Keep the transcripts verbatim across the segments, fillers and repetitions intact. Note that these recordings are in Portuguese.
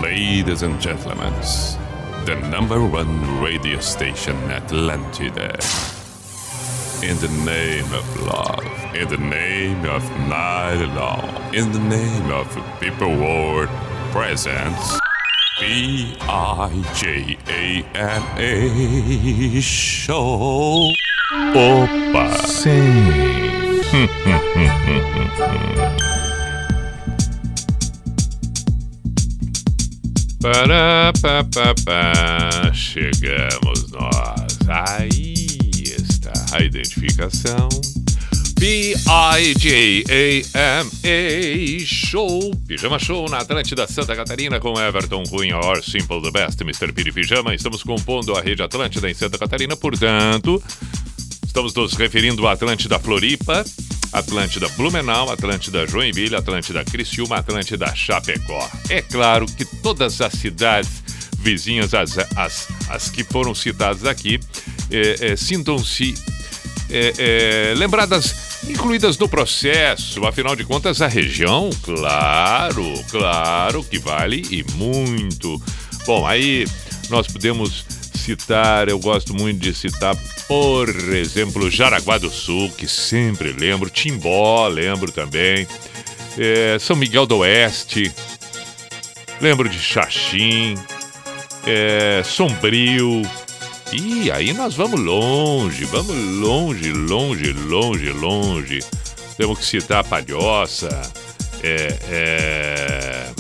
Ladies and gentlemen, the number one radio station Atlantida. In the name of love, in the name of night long, in the name of people world presents B I J A M A Show. Opa! Sim. Pará, pá, pá, pá. Chegamos nós. Aí está a identificação. B I J A M A Show. Pijama Show na Atlântida Santa Catarina com Everton Cunha, or Simple the Best, mister Piri Pijama. Estamos compondo a rede Atlântida em Santa Catarina, portanto, estamos nos referindo à Atlântida Floripa, Atlântida Blumenau, Atlântida Joinville, Atlântida Criciúma, Atlântida Chapecó. É claro que todas as cidades vizinhas, as, as, as que foram citadas aqui, é, é, sintam-se é, é, lembradas, incluídas no processo. Afinal de contas, a região, claro, claro que vale e muito. Bom, aí nós podemos citar, eu gosto muito de citar, por exemplo, Jaraguá do Sul, que sempre lembro, Timbó, lembro também, é, São Miguel do Oeste, lembro de Xaxim, é, Sombrio, e aí nós vamos longe, vamos longe, longe, longe, longe. Temos que citar Palhoça, é... é...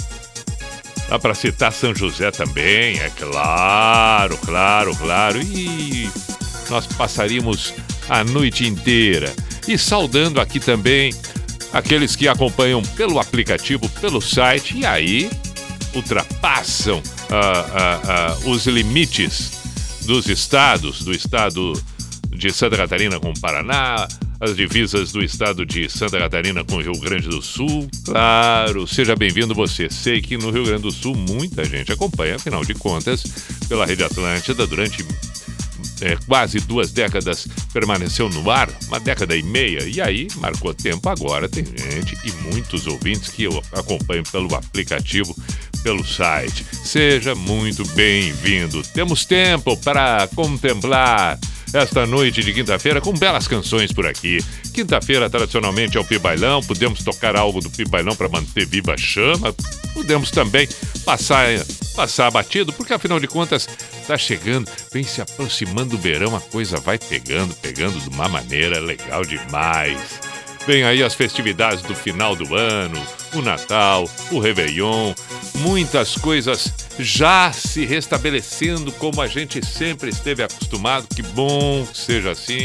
dá para citar São José também, é claro, claro, claro. E nós passaríamos a noite inteira. E saudando aqui também aqueles que acompanham pelo aplicativo, pelo site, e aí ultrapassam uh, uh, uh, os limites dos estados, do estado de Santa Catarina com o Paraná, as divisas do estado de Santa Catarina com o Rio Grande do Sul. Claro, seja bem-vindo você. Sei que no Rio Grande do Sul muita gente acompanha, afinal de contas, pela Rede Atlântida, durante é, quase duas décadas permaneceu no ar, uma década e meia, e aí marcou tempo. Agora tem gente e muitos ouvintes que eu acompanho pelo aplicativo, pelo site. Seja muito bem-vindo. Temos tempo para contemplar esta noite de quinta-feira com belas canções por aqui. Quinta-feira, tradicionalmente, é o Pibailão. Podemos tocar algo do Pibailão para manter viva a chama. Podemos também passar, passar batido, porque afinal de contas está chegando, vem se aproximando do verão, a coisa vai pegando, pegando de uma maneira legal demais. Vem aí as festividades do final do ano, o Natal, o Réveillon, muitas coisas já se restabelecendo como a gente sempre esteve acostumado. Que bom que seja assim.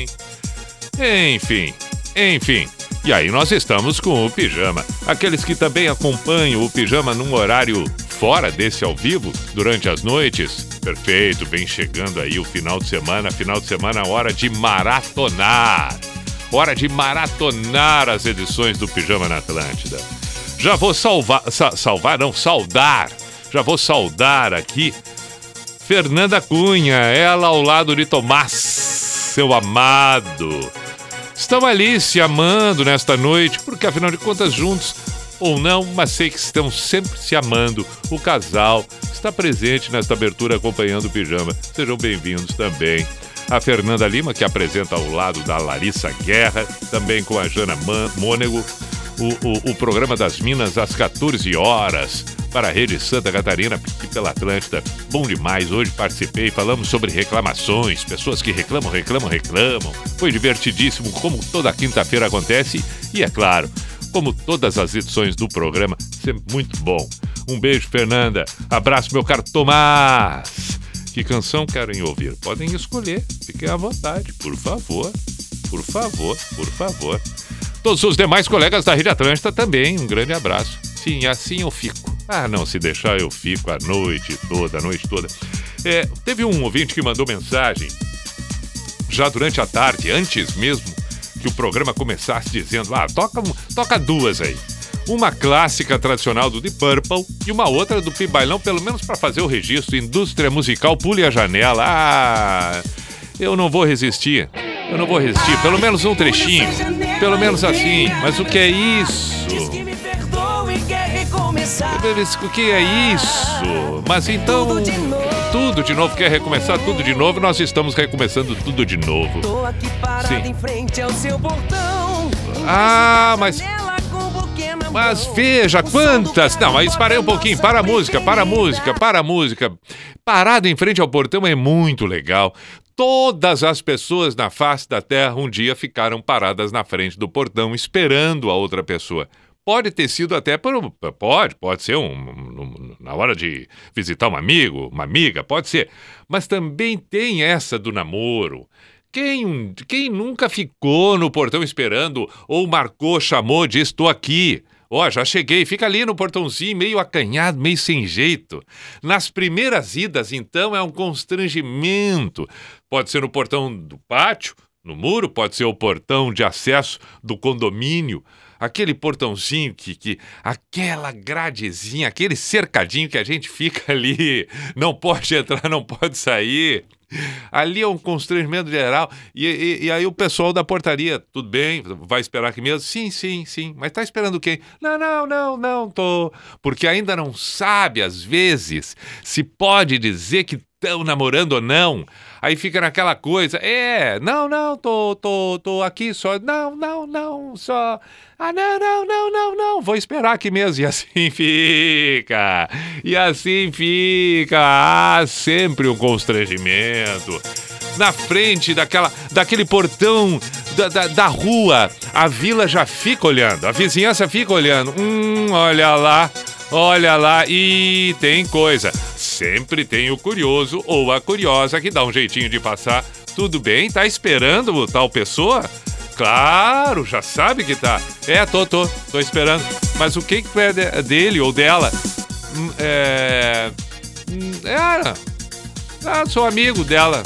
Enfim, enfim. E aí nós estamos com o Pijama. Aqueles que também acompanham o Pijama num horário fora desse ao vivo, durante as noites. Perfeito, vem chegando aí o final de semana. Final de semana, hora de maratonar. Hora de maratonar as edições do Pijama na Atlântida. Já vou salvar, sa- salvar, não, saudar. Já vou saudar aqui Fernanda Cunha, ela ao lado de Tomás, seu amado. Estão ali se amando nesta noite, porque afinal de contas juntos, ou não, mas sei que estão sempre se amando. O casal está presente nesta abertura acompanhando o Pijama. Sejam bem-vindos também. A Fernanda Lima, que apresenta ao lado da Larissa Guerra, também com a Jana Mônego, o, o, o programa das Minas às quatorze horas, para a Rede Santa Catarina e pela Atlântida. Bom demais, hoje participei, falamos sobre reclamações, pessoas que reclamam, reclamam, reclamam. Foi divertidíssimo, como toda quinta-feira acontece, e é claro, como todas as edições do programa, sempre muito bom. Um beijo, Fernanda. Abraço, meu caro Tomás. Que canção querem ouvir? Podem escolher, fiquem à vontade, por favor, por favor, por favor. Todos os demais colegas da Rede Atlântida também, um grande abraço. Sim, assim eu fico. Ah, não, se deixar eu fico a noite toda, a noite toda. É, teve um ouvinte que mandou mensagem, já durante a tarde, antes mesmo que o programa começasse, dizendo, ah, toca, toca duas aí. Uma clássica tradicional do Deep Purple e uma outra do Pibailão, pelo menos para fazer o registro. Indústria musical, pule a janela. Ah, eu não vou resistir. Eu não vou resistir. Pelo menos um trechinho. Pelo menos assim. Mas o que é isso? Diz que me perdoa e quer recomeçar. O que é isso? Mas então, Tudo de novo. tudo de novo, quer recomeçar tudo de novo? Nós estamos recomeçando tudo de novo. Tô aqui parado Sim. em frente ao seu portão. Ah, mas... Janela com buquê na Mas mão. veja O som quantas... do Não, carro mas parei um bota pouquinho, nossa para a música, para a preferida. música, para a música. Parado em frente ao portão é muito legal. Todas as pessoas na face da terra um dia ficaram paradas na frente do portão esperando a outra pessoa. Pode ter sido até por... Pode, pode ser um, um, na hora de visitar um amigo, uma amiga, pode ser. Mas também tem essa do namoro. Quem, quem nunca ficou no portão esperando ou marcou, chamou, disse, estou aqui. Ó, já cheguei, fica ali no portãozinho, meio acanhado, meio sem jeito. Nas primeiras idas, então, é um constrangimento. Pode ser no portão do pátio, no muro, pode ser o portão de acesso do condomínio. Aquele portãozinho que, que... Aquela gradezinha, aquele cercadinho que a gente fica ali. Não pode entrar, não pode sair. Ali é um constrangimento geral. E, e, e aí o pessoal da portaria, tudo bem? Vai esperar aqui mesmo? Sim, sim, sim. Mas tá esperando quem? Não, não, não, não tô. Porque ainda não sabe, às vezes, se pode dizer que estão namorando ou não. Aí fica naquela coisa, é, não, não, tô, tô, tô aqui só, não, não, não, só, ah, não, não, não, não, não, vou esperar aqui mesmo, e assim fica, e assim fica, ah, sempre um constrangimento. Na frente daquela, daquele portão da, da, da rua, a vila já fica olhando, a vizinhança fica olhando, hum, olha lá, olha lá, e tem coisa. Sempre tem o curioso ou a curiosa que dá um jeitinho de passar. Tudo bem? Tá esperando tal pessoa? Claro, já sabe que tá. É, tô, tô, tô esperando. Mas o que que é de, dele ou dela? Hum, É... hum, É... Ah, sou amigo dela.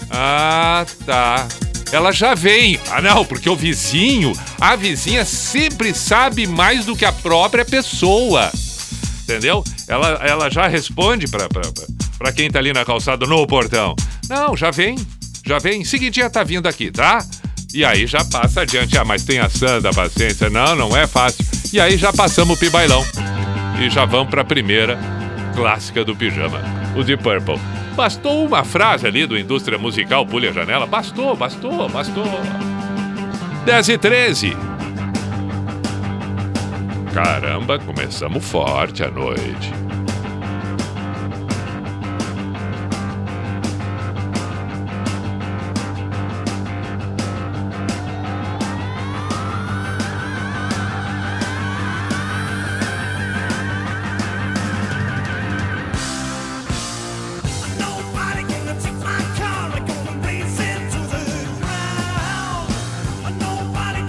Ah, tá. Ela já vem. Ah, não, porque o vizinho, a vizinha sempre sabe mais do que a própria pessoa. Entendeu? Ela, ela já responde pra, pra, pra quem tá ali na calçada no portão. Não, já vem, já vem. Seguidinha tá vindo aqui, tá? E aí já passa adiante. Ah, mas tem a santa paciência. Não, não é fácil. E aí já passamos o pibailão. E já vamos pra primeira clássica do pijama, o Deep Purple. Bastou uma frase ali do Indústria Musical Pule a Janela. Bastou, bastou, bastou. dez e treze. Caramba, começamos forte a noite.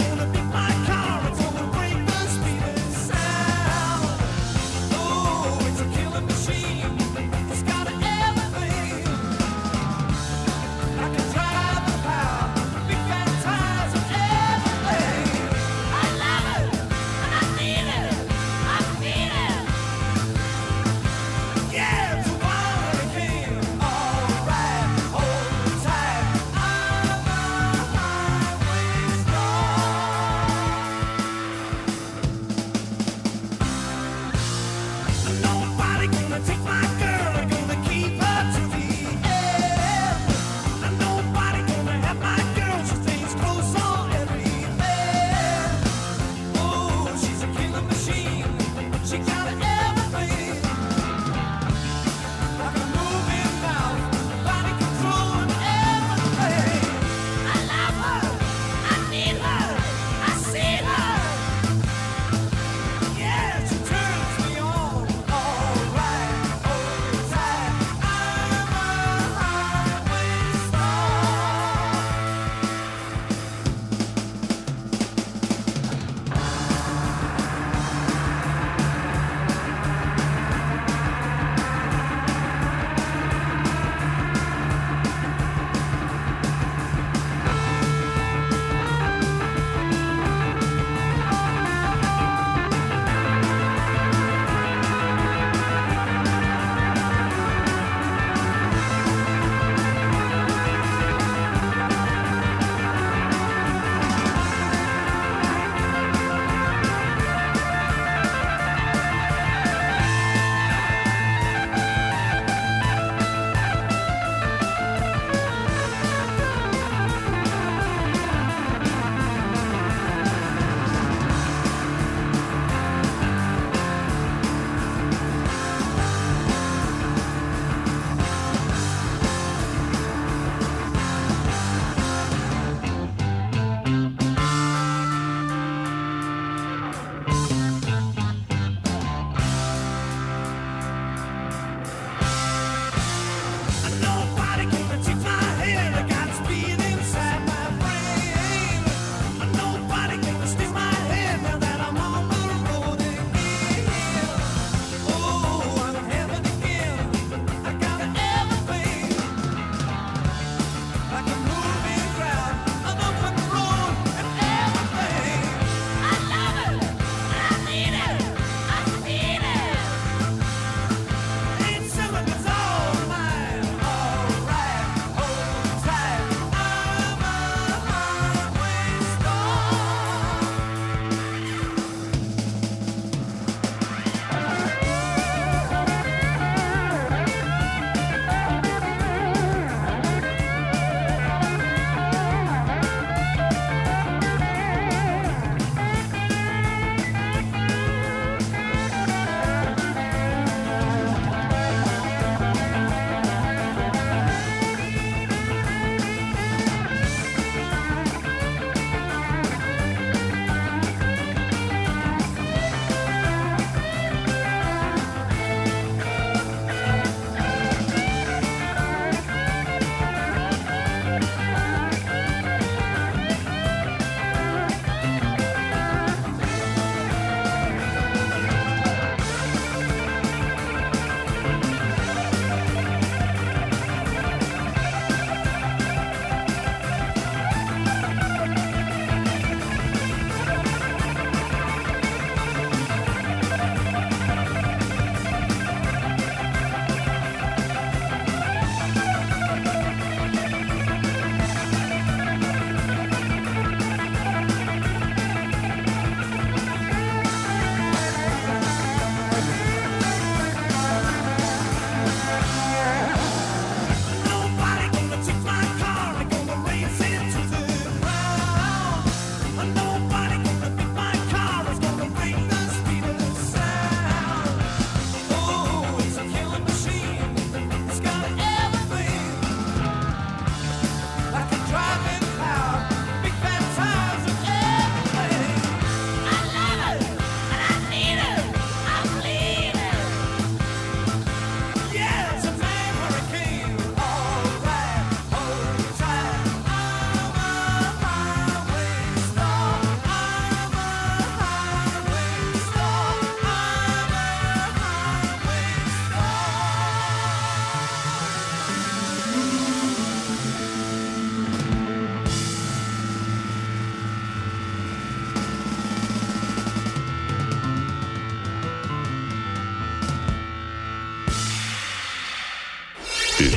Oh,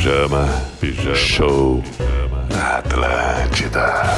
Pijama, pijama, show pijama. Na Atlântida.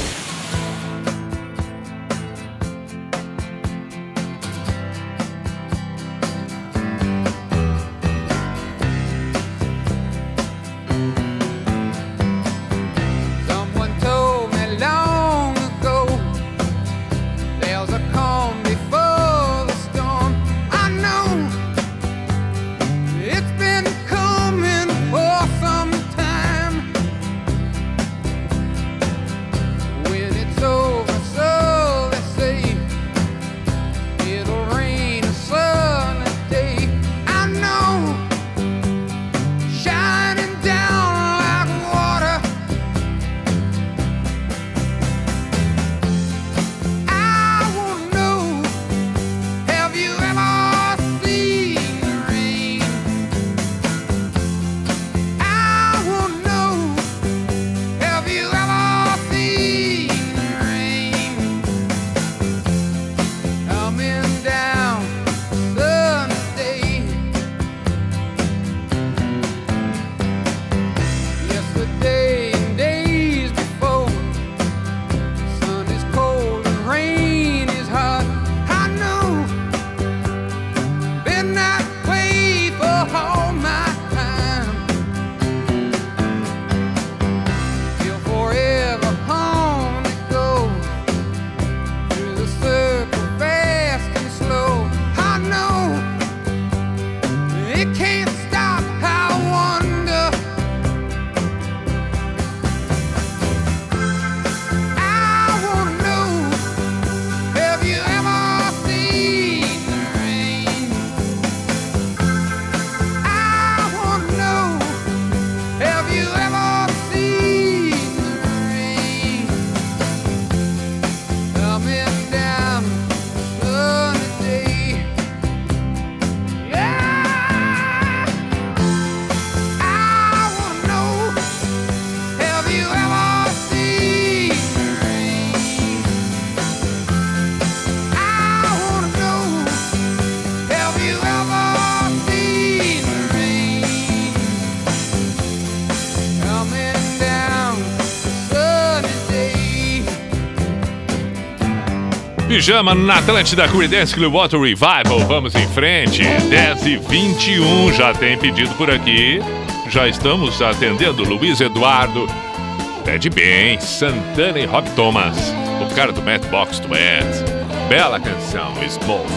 Pijama na Atlântida, Creedence Clearwater Revival. Vamos em frente, dez e vinte e um. Já tem pedido por aqui. Já estamos atendendo Luiz Eduardo. Pede bem, Santana e Rob Thomas, o cara do Matchbox Duet. Bela canção, Smoke.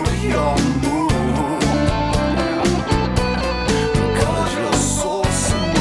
Cause you're so smooth.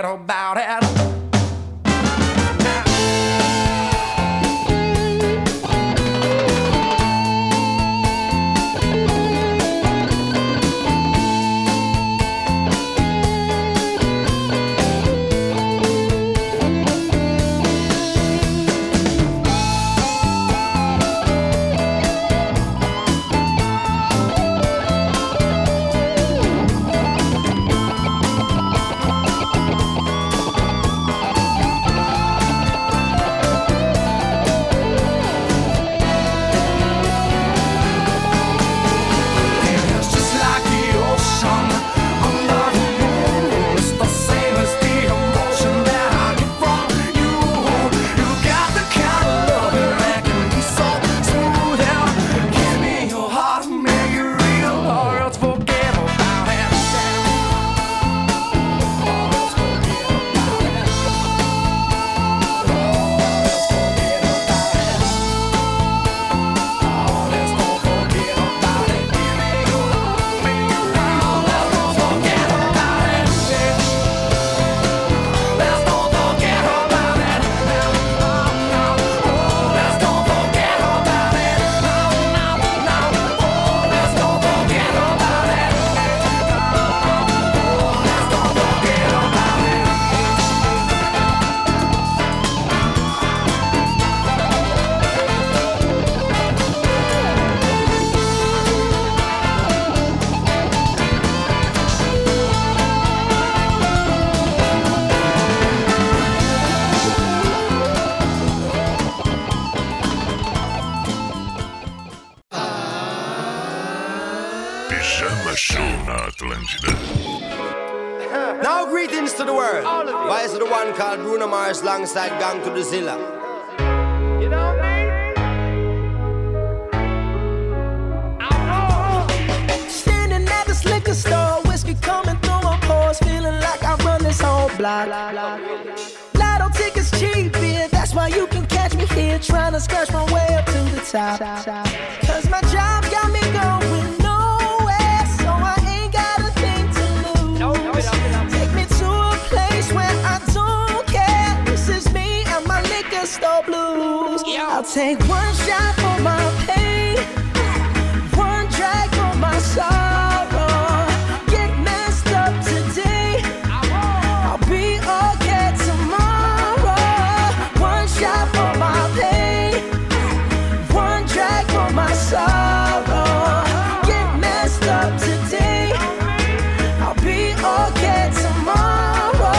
about it. Pijama Show na Atlântida. Now greetings to the world. Why is it the one called Bruno Mars alongside Gang to the Zilla? You know what I mean? Standing at this liquor store, whiskey coming through my pores, feeling like I run this whole block. Lotto tickets cheap, yeah, that's why you can catch me here, trying to scratch my way up to the top. Cause my job got me going nowhere, so I ain't got a thing to lose. Take me to a place where I don't care. This is me and my liquor store blues. I'll take one shot for my pain, one drag for my sorrow. Get messed up today, I'll be okay tomorrow. One shot for my pain, one drag for my sorrow. Get messed up today, I'll be okay tomorrow.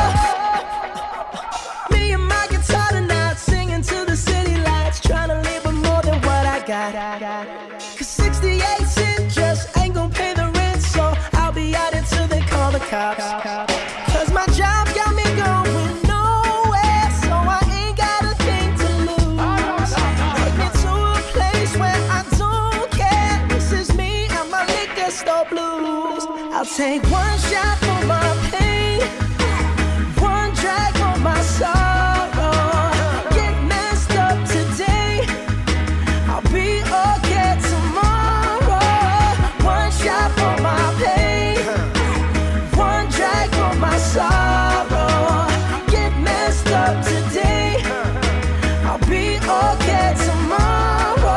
Me and my guitar tonight, singing to the city lights, trying to live with more than what I got. Cause sixty-eight cents just ain't gon' pay the rent, so I'll be out until they call the cops. Cause my job got me going nowhere, so I ain't got a thing to lose. Take me to a place where I don't care. This is me and my liquor store blues. I'll take one shot for my pain, one drag for my sorrow. Get messed up today, I'll be okay tomorrow. One shot for my pain, one drag for my sorrow. Get messed up today, I'll be okay tomorrow.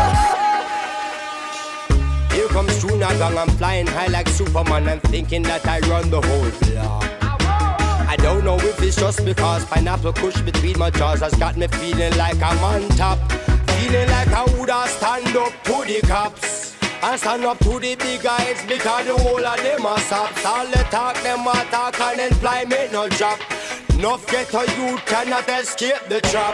Here comes Junior Gang, I'm flying high like Superman and thinking that I run the whole block. I don't know if it's just because pineapple kush between my jaws has got me feeling like I'm on top. Feeling like I woulda stand up to the cops and stand up to the big guys, because the whole of them are sops. All the talk them a talk and employment no job. Enough ghetto youth cannot escape the trap.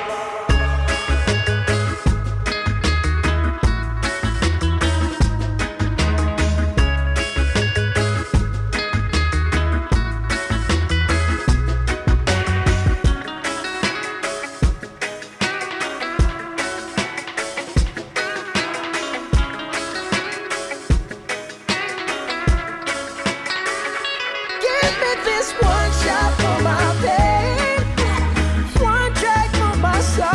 Give me this one shot for my pain, one drag for my sorrow.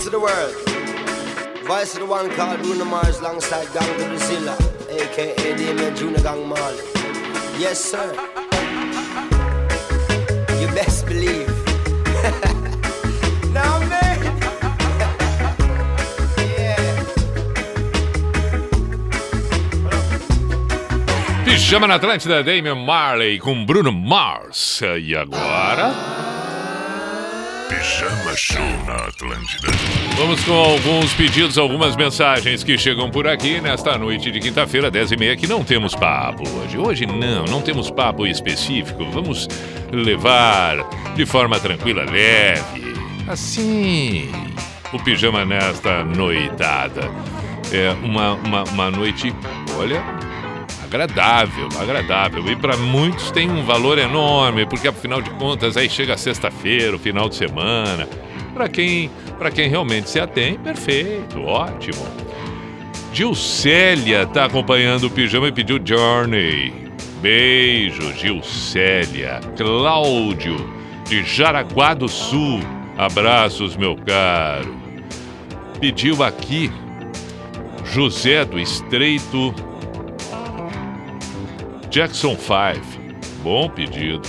of the world. Voice of the one called Bruno Mars alongside Gang to Brazilla, aka Damien Junior Gang Marley. Yes, sir. You best believe. Now, man. Yeah. Pijama na Atlântida, Damian Marley com Bruno Mars. E agora? Pijama Show na Atlântida. Vamos com alguns pedidos, algumas mensagens que chegam por aqui nesta noite de quinta-feira, dez e meia, que não temos papo hoje. Hoje não, não temos papo específico. Vamos levar de forma tranquila, leve, assim, o pijama nesta noitada. É uma, uma, uma noite, olha, agradável, agradável. E para muitos tem um valor enorme, porque afinal de contas aí chega a sexta-feira, o final de semana. Para quem, para quem realmente se atém, perfeito, ótimo. Gilcélia tá acompanhando o pijama e pediu Journey. Beijo, Gilcélia. Cláudio, de Jaraguá do Sul. Abraços, meu caro. Pediu aqui José do Estreito, Jackson five. Bom pedido,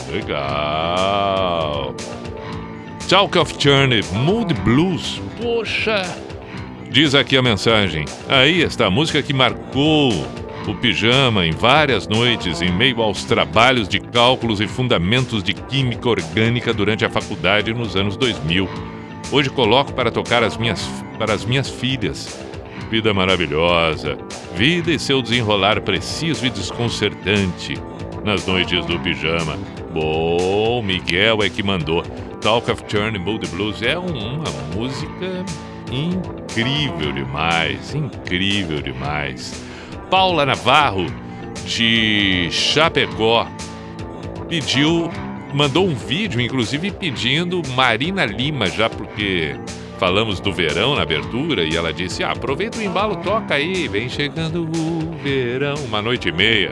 legal. Talk of Journey, Mood Blues. Poxa! Diz aqui a mensagem. Aí está a música que marcou o pijama em várias noites, em meio aos trabalhos de cálculos e fundamentos de química orgânica durante a faculdade nos anos dois mil. Hoje coloco para tocar as minhas, para as minhas filhas. Vida maravilhosa. Vida e seu desenrolar preciso e desconcertante nas noites do pijama. Bom, Miguel é que mandou. Talk of Journey, Mood Blues é uma música incrível demais, incrível demais. Paula Navarro, de Chapecó, pediu, mandou um vídeo, inclusive pedindo Marina Lima, já porque falamos do verão na abertura, e ela disse, ah, aproveita o embalo, toca aí, vem chegando o verão, uma noite e meia.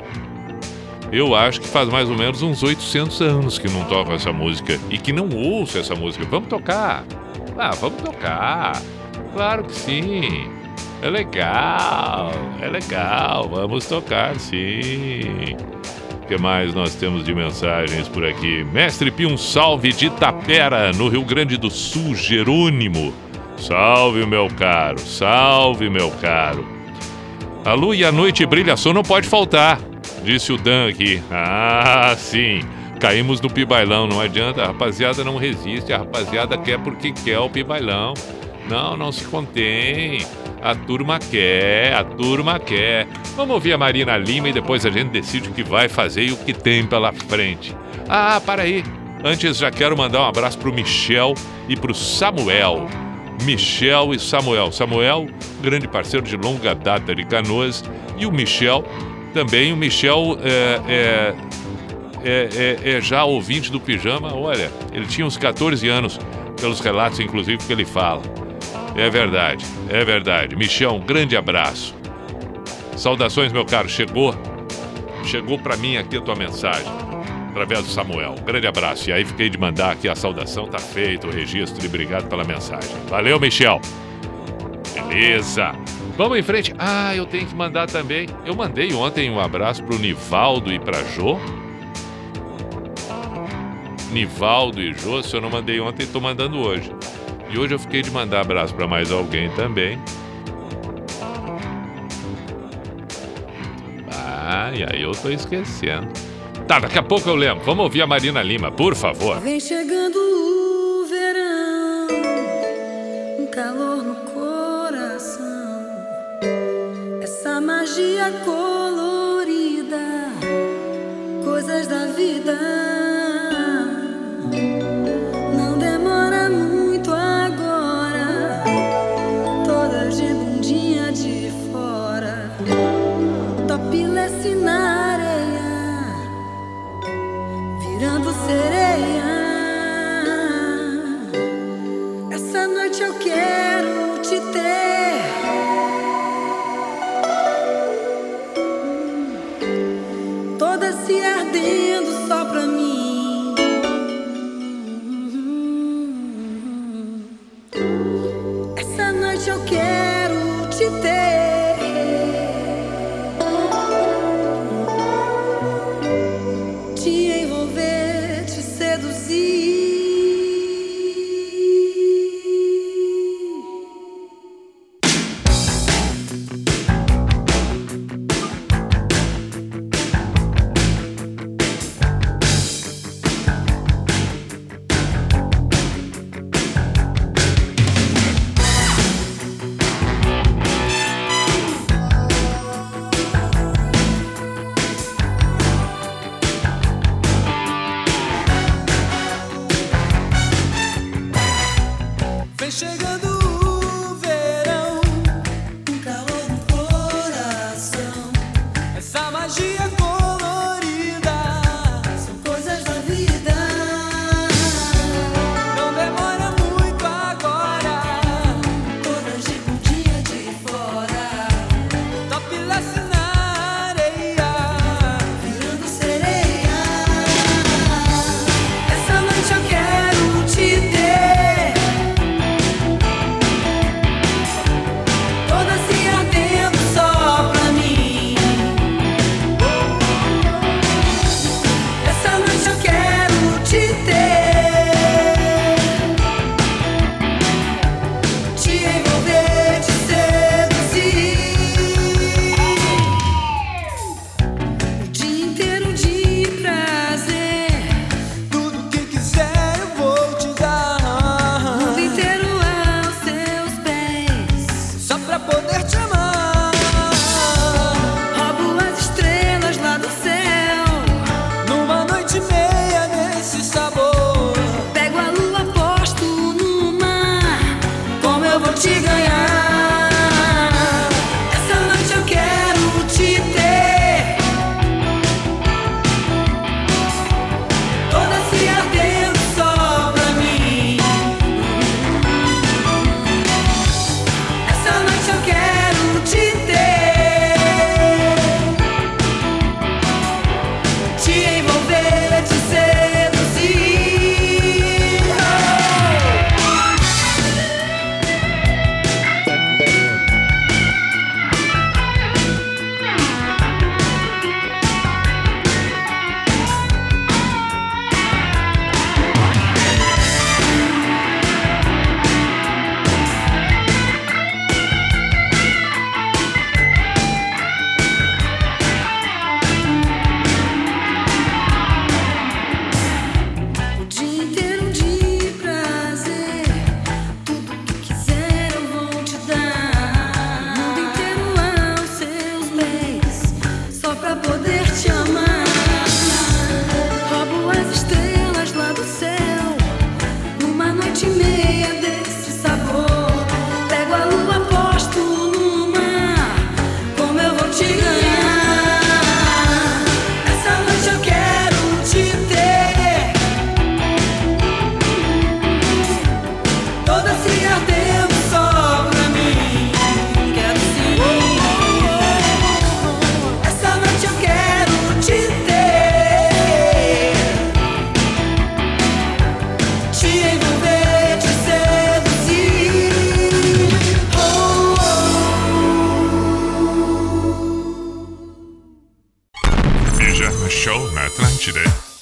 Eu acho que faz mais ou menos uns oitocentos anos que não toco essa música e que não ouço essa música. Vamos tocar? Ah, vamos tocar. Claro que sim. É legal, é legal. Vamos tocar, sim. O que mais nós temos de mensagens por aqui? Mestre Pio, um salve de Itapera, no Rio Grande do Sul, Jerônimo. Salve, meu caro, salve, meu caro. A lua e a noite brilha, só não pode faltar. Disse o Dan aqui. Ah, sim. Caímos no pibailão, não adianta. A rapaziada não resiste. A rapaziada quer porque quer o pibailão. Não, não se contém. A turma quer, a turma quer. Vamos ouvir a Marina Lima e depois a gente decide o que vai fazer e o que tem pela frente. Ah, para aí. Antes já quero mandar um abraço pro Michel e pro Samuel. Michel e Samuel. Samuel, grande parceiro de longa data de Canoas. E o Michel... Também o Michel é, é, é, é, é já ouvinte do pijama. Olha, ele tinha uns catorze anos, pelos relatos, inclusive, que ele fala. É verdade, é verdade. Michel, um grande abraço. Saudações, meu caro. Chegou, chegou pra mim aqui a tua mensagem, através do Samuel. Um grande abraço. E aí fiquei de mandar aqui a saudação, tá feito o registro e obrigado pela mensagem. Valeu, Michel. Beleza. Vamos em frente. Ah, eu tenho que mandar também. Eu mandei ontem um abraço pro Nivaldo e pra Jô. Nivaldo e Jô, se eu não mandei ontem, tô mandando hoje. E hoje eu fiquei de mandar abraço pra mais alguém também. Ah, e aí eu tô esquecendo. Tá, daqui a pouco eu lembro. Vamos ouvir a Marina Lima, por favor. Vem chegando o verão, um calor no coração, essa magia colorida, coisas da vida. Não demora muito agora, todas de bundinha de fora, topless na areia, virando sereia. Essa noite eu quero te ter, toda se ardendo só pra mim. Pijama Show na Atlântida.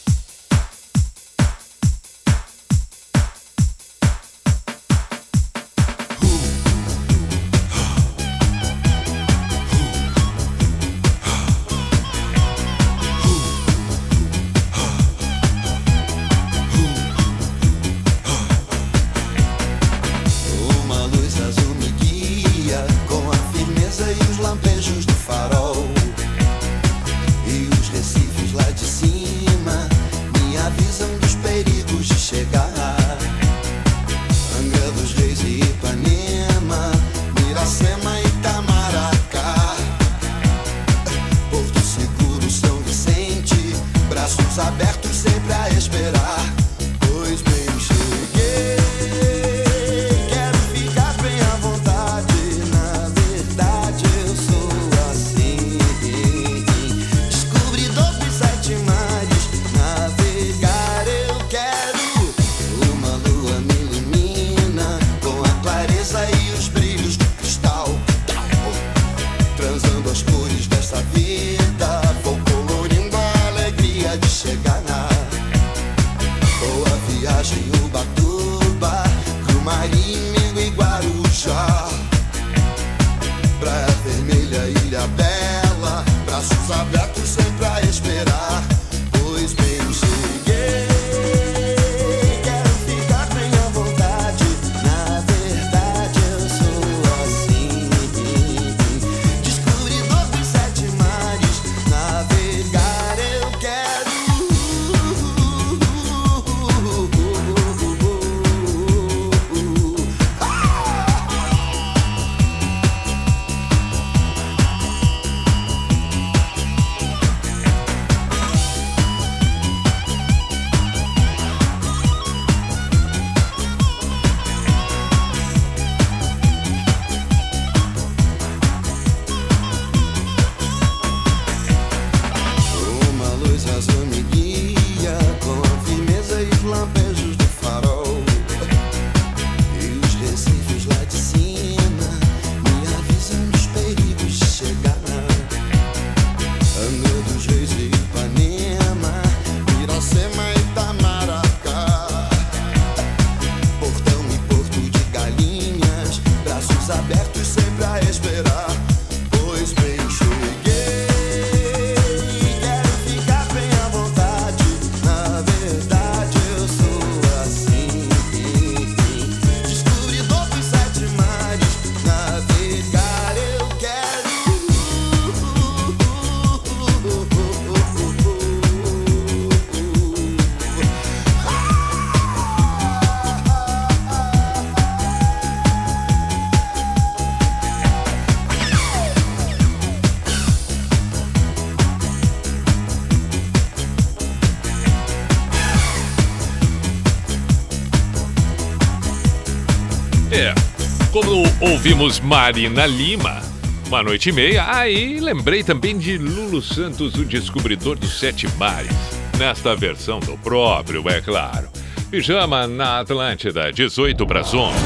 É, como ouvimos Marina Lima, uma noite e meia, aí lembrei também de Lulu Santos, o descobridor dos sete mares, nesta versão do próprio, é claro. Pijama na Atlântida, dezoito para as onze.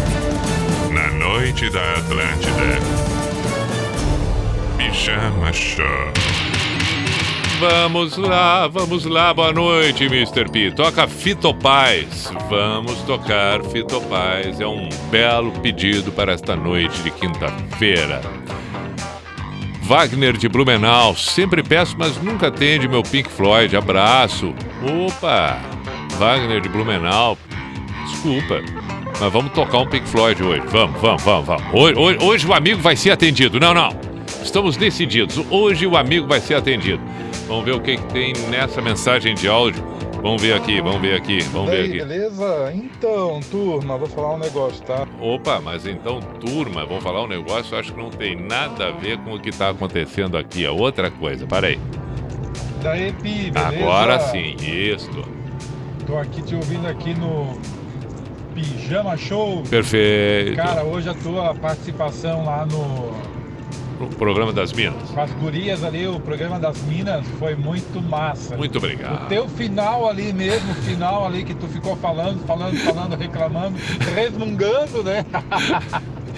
Na noite da Atlântida. Pijama Show. Vamos lá, vamos lá, boa noite, mister P. Toca Fito Paz. Vamos tocar Fito Paz. É um belo pedido para esta noite de quinta-feira. Wagner de Blumenau. Sempre peço, mas nunca atende meu Pink Floyd. Abraço. Opa! Wagner de Blumenau. Desculpa, mas vamos tocar um Pink Floyd hoje. Vamos, vamos, vamos, vamos. Hoje, hoje, hoje o amigo vai ser atendido. Não, não. Estamos decididos. Hoje o amigo vai ser atendido. Vamos ver o que, que tem nessa mensagem de áudio. Vamos ver aqui, vamos ver aqui, vamos ver aqui. Beleza? Então, turma, vou falar um negócio, tá? Opa, mas então, turma, vamos falar um negócio, acho que não tem nada a ver com o que está acontecendo aqui. É outra coisa, parei. Daí, Pi, beleza? Agora sim, isso. Tô aqui te ouvindo aqui no Pijama Show. Perfeito. Cara, hoje a tua participação lá no... O programa das Minas. Com as gurias ali, o programa das Minas foi muito massa. Muito obrigado. O teu final ali mesmo, o final ali que tu ficou falando, falando, falando, reclamando, resmungando, né?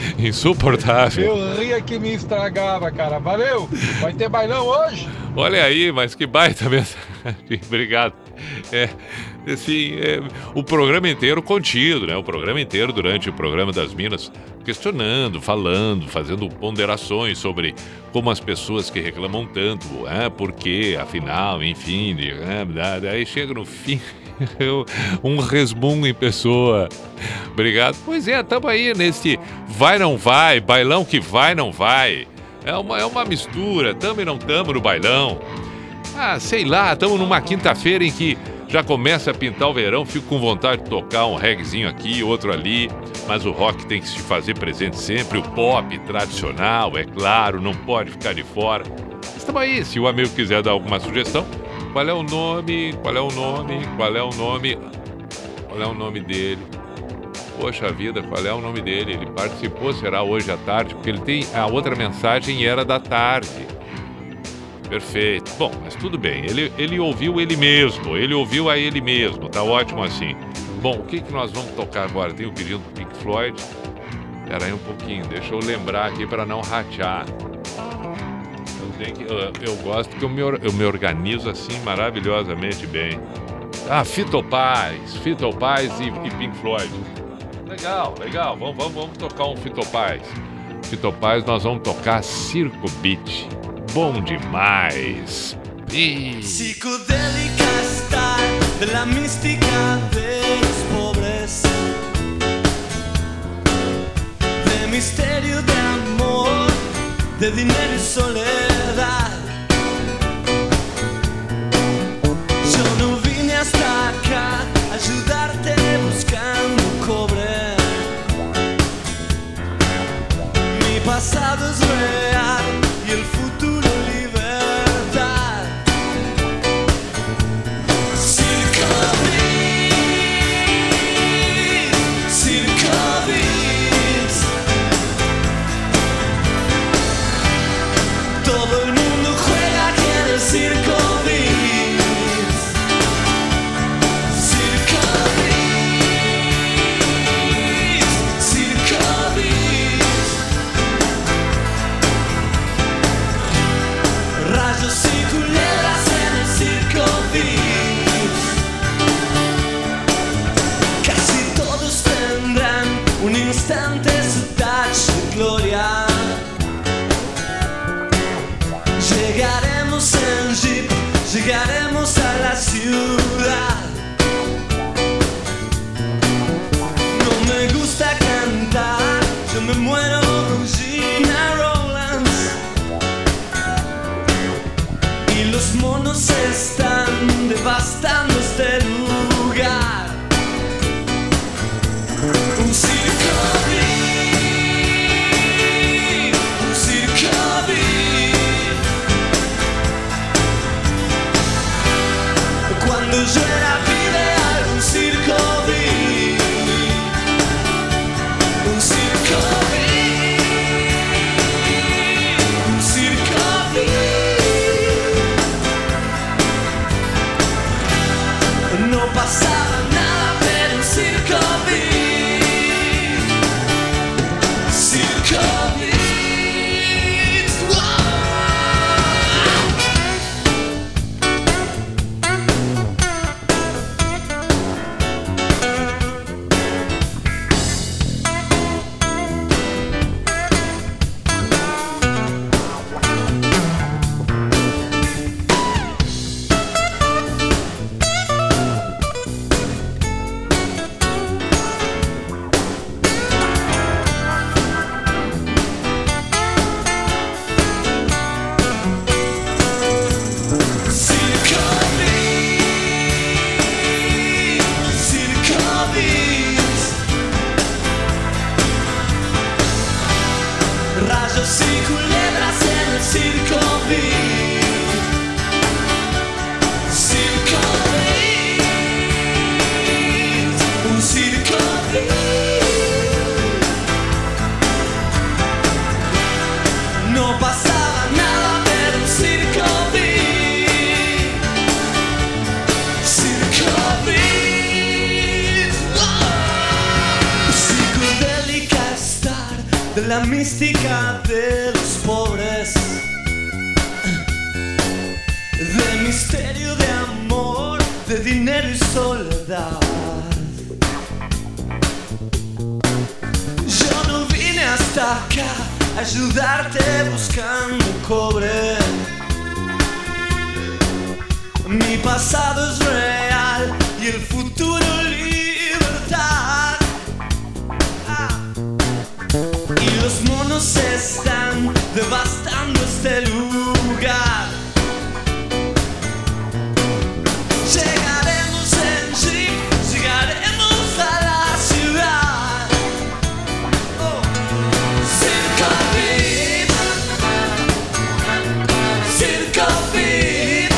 Insuportável. Eu ria que me estragava, cara. Valeu! Vai ter bailão hoje? Olha aí, mas que baita mensagem. Obrigado. É, assim, é, o programa inteiro contido, né? O programa inteiro durante o programa das Minas, questionando, falando, fazendo ponderações sobre como as pessoas que reclamam tanto, é, porque, afinal, enfim, é, daí chega no fim... um resmungo em pessoa. Obrigado. Pois é, estamos aí nesse vai não vai, bailão que vai não vai. É uma, é uma mistura, tamo e não tamo no bailão. Ah, sei lá, estamos numa quinta-feira em que já começa a pintar o verão, fico com vontade de tocar um reggaezinho aqui, outro ali, mas o rock tem que se fazer presente sempre, o pop tradicional, é claro, não pode ficar de fora. Estamos aí, se o amigo quiser dar alguma sugestão, qual é o nome, qual é o nome, qual é o nome, qual é o nome dele? Poxa vida, qual é o nome dele? Ele participou, será hoje à tarde, porque ele tem, a outra mensagem era da tarde. Perfeito. Bom, mas tudo bem, ele, ele ouviu ele mesmo, ele ouviu a ele mesmo, tá ótimo assim. Bom, o que, que nós vamos tocar agora? Tem o pedido do Pink Floyd? Espera aí um pouquinho, deixa eu lembrar aqui para não ratear. Eu, tenho que, eu, eu gosto que eu me, eu me organizo assim maravilhosamente bem. Ah, Fito Paz, Fito Paz e, e Pink Floyd. Legal, legal, vamos, vamos, vamos tocar um Fito Paz. Fito Paz, nós vamos tocar Circo Beat. Bom demais. E... Psicodélica está de la mística de los pobres, de misterio de amor, de dinero y soledad. Yo no vine hasta acá a ayudarte buscando cobre. Mi pasado es real y el futuro libertad. Circo Beat, Circo Beat. Todo el mundo juega aquí en el Circo Beat. Circo Beat, Circo Beat. Rayos y culebras en el Circo Beat. Casi todos tendrán un instante su touch de gloria. Llegaremos en jeep, llegaremos a la ciudad. No me gusta cantar, yo me muero con Gina Rowlands. Y los monos están devastando este lugar. Un circo beat, un circo beat. Cuando yo era pibe había un circo beat. Un circo beat, un circo beat. No pasaba nada pero un circo beat. Circo beat. Wow. la mística de los pobres, de misterio, de amor, de dinero y soledad. Yo no vine hasta acá a ayudarte buscando cobre. Mi pasado es real y el futuro libertad. Ah. Y los monos están devastando este lugar. Llegaremos en jeep, llegaremos a la ciudad. Oh. Circo Beat, Circo Beat,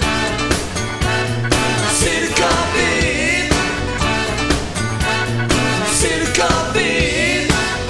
Circo Beat, Circo Beat.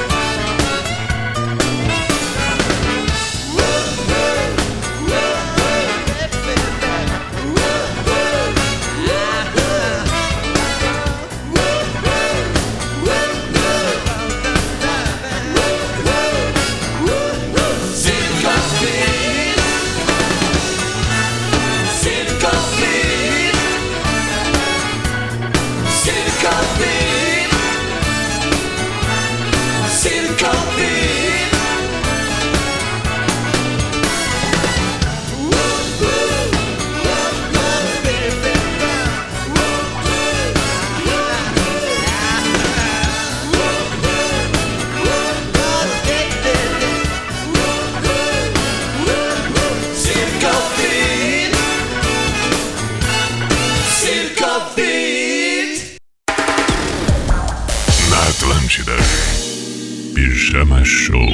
Atlântida. Pijama Show.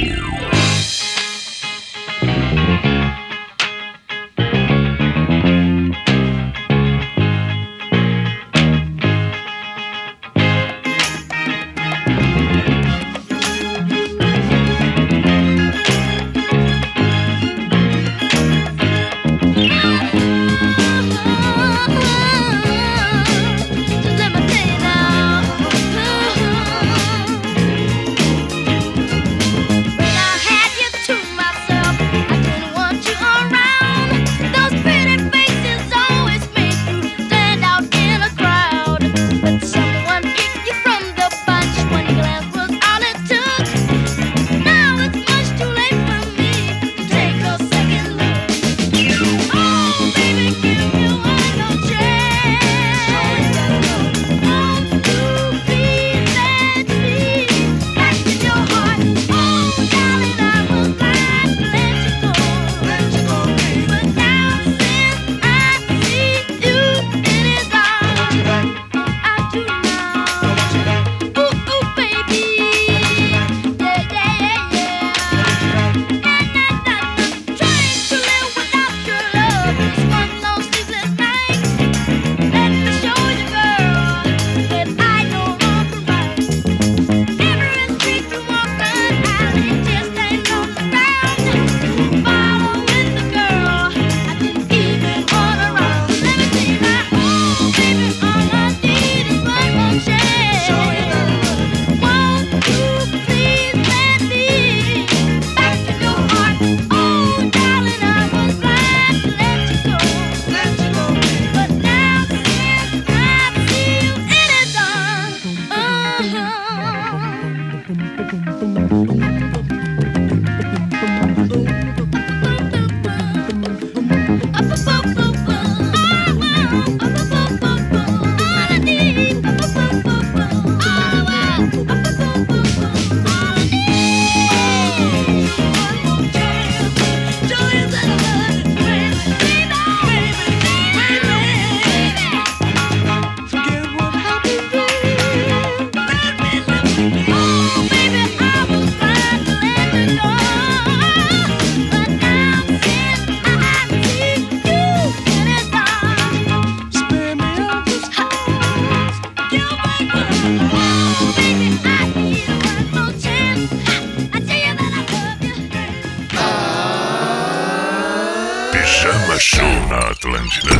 Pijama Show na Atlântida.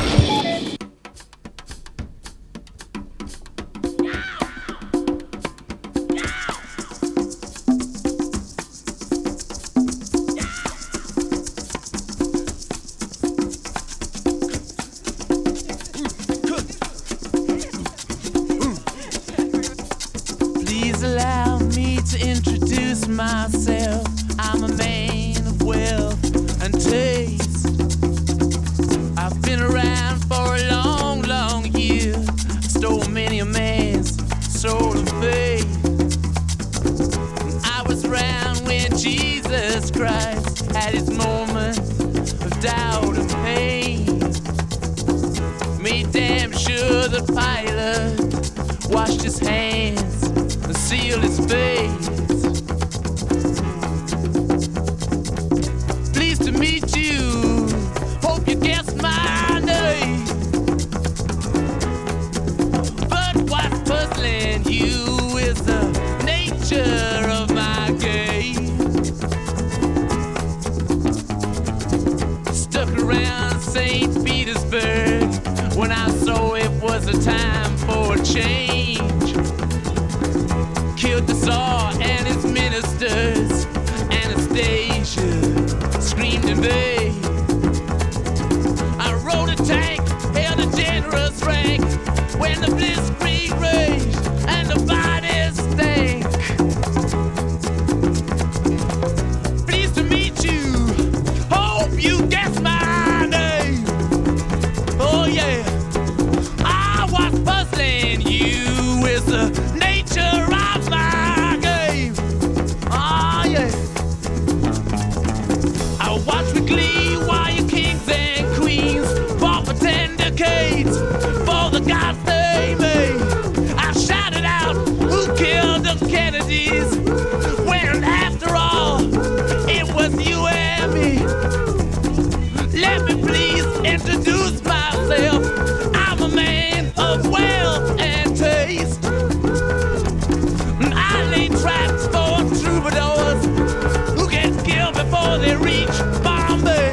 myself, I'm a man of wealth and taste. I've been around for a long, long year. I stole many a man's soul of faith. I was around when Jesus Christ had his moment of doubt and pain. Made damn sure that Pilate washed his hands and sealed his face. Pleased to meet you, hope you guessed my name. But what's puzzling you is the nature of my game. Stuck around Saint Petersburg when I saw it was a time for a change. Killed the Tsar and his ministers. Anastasia screamed in vain. I rode a tank, held a generous rank when the blitzkrieg raged and the bodies stank. Pleased to meet you, hope you guessed my name. Oh yeah, I was puzzling you with the nature of my game. Oh yeah, I watched with glee while your kings and queens fought for ten decades for the gods they made. I shouted out, who killed the Kennedys? When after all, it was you and me. Let me please introduce myself. I'm a man of wealth and taste. I lay traps for troubadours who get killed before they reach Bombay.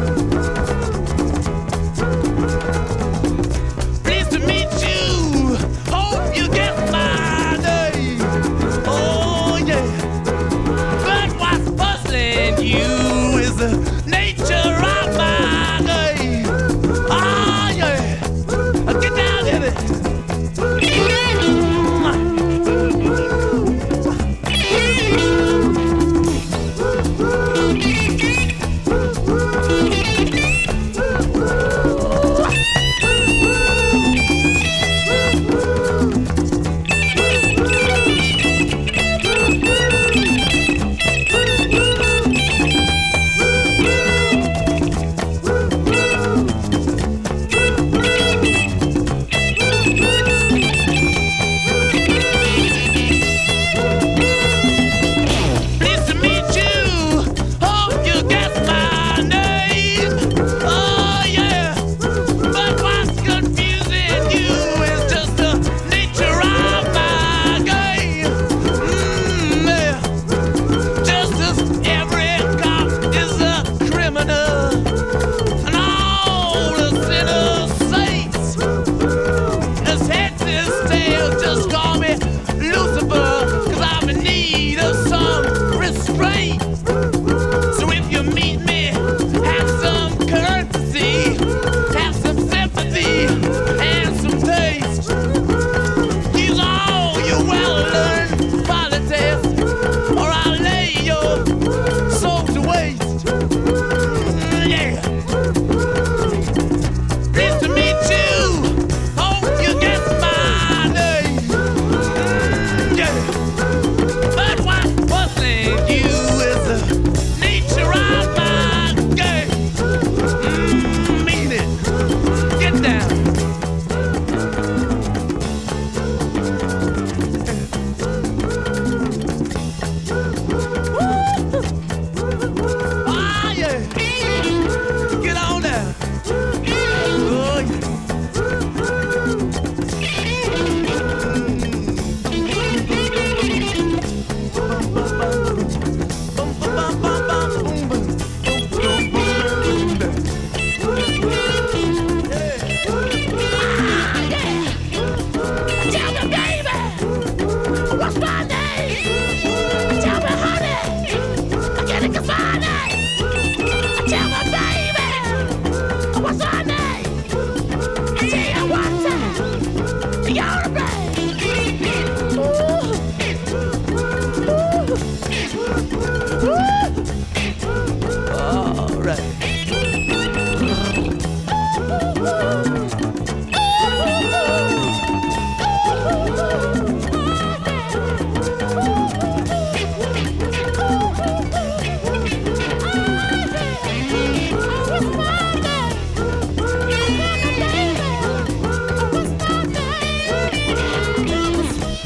Pleased to meet you, hope you get my name. Oh yeah, but what's puzzling you is the nature of my game. Oh yeah, get down in it.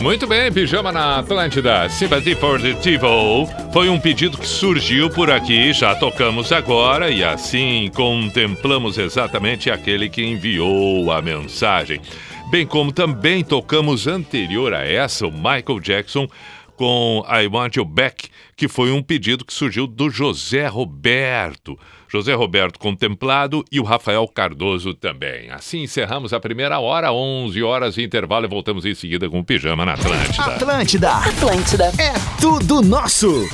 Muito bem, Pijama na Atlântida. Sympathy for the Devil foi um pedido que surgiu por aqui, já tocamos agora e assim contemplamos exatamente aquele que enviou a mensagem. Bem como também tocamos anterior a essa, o Michael Jackson com I Want You Back, que foi um pedido que surgiu do José Roberto. José Roberto contemplado e o Rafael Cardoso também. Assim encerramos a primeira hora, onze horas de intervalo e voltamos em seguida com o Pijama na Atlântida. Atlântida. Atlântida. É tudo nosso.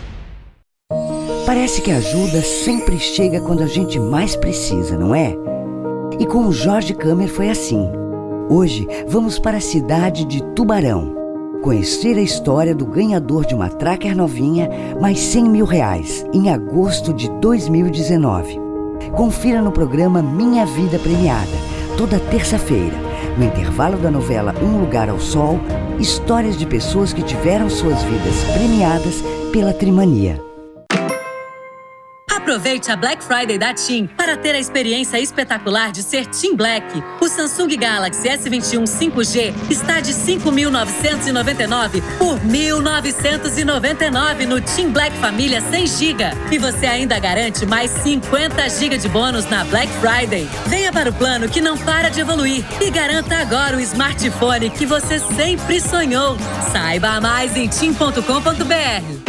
Parece que a ajuda sempre chega quando a gente mais precisa, não é? E com o Jorge Câmer foi assim. Hoje vamos para a cidade de Tubarão conhecer a história do ganhador de uma Tracker novinha mais cem mil reais em agosto de dois mil e dezenove. Confira no programa Minha Vida Premiada, toda terça-feira, no intervalo da novela Um Lugar ao Sol, histórias de pessoas que tiveram suas vidas premiadas pela Trimania. Aproveite a Black Friday da TIM para ter a experiência espetacular de ser TIM Black. O Samsung Galaxy S vinte e um cinco G está de cinco mil novecentos e noventa e nove por mil novecentos e noventa e nove no TIM Black Família cem gigas. E você ainda garante mais cinquenta gigas de bônus na Black Friday. Venha para o plano que não para de evoluir e garanta agora o smartphone que você sempre sonhou. Saiba mais em tim ponto com ponto b r.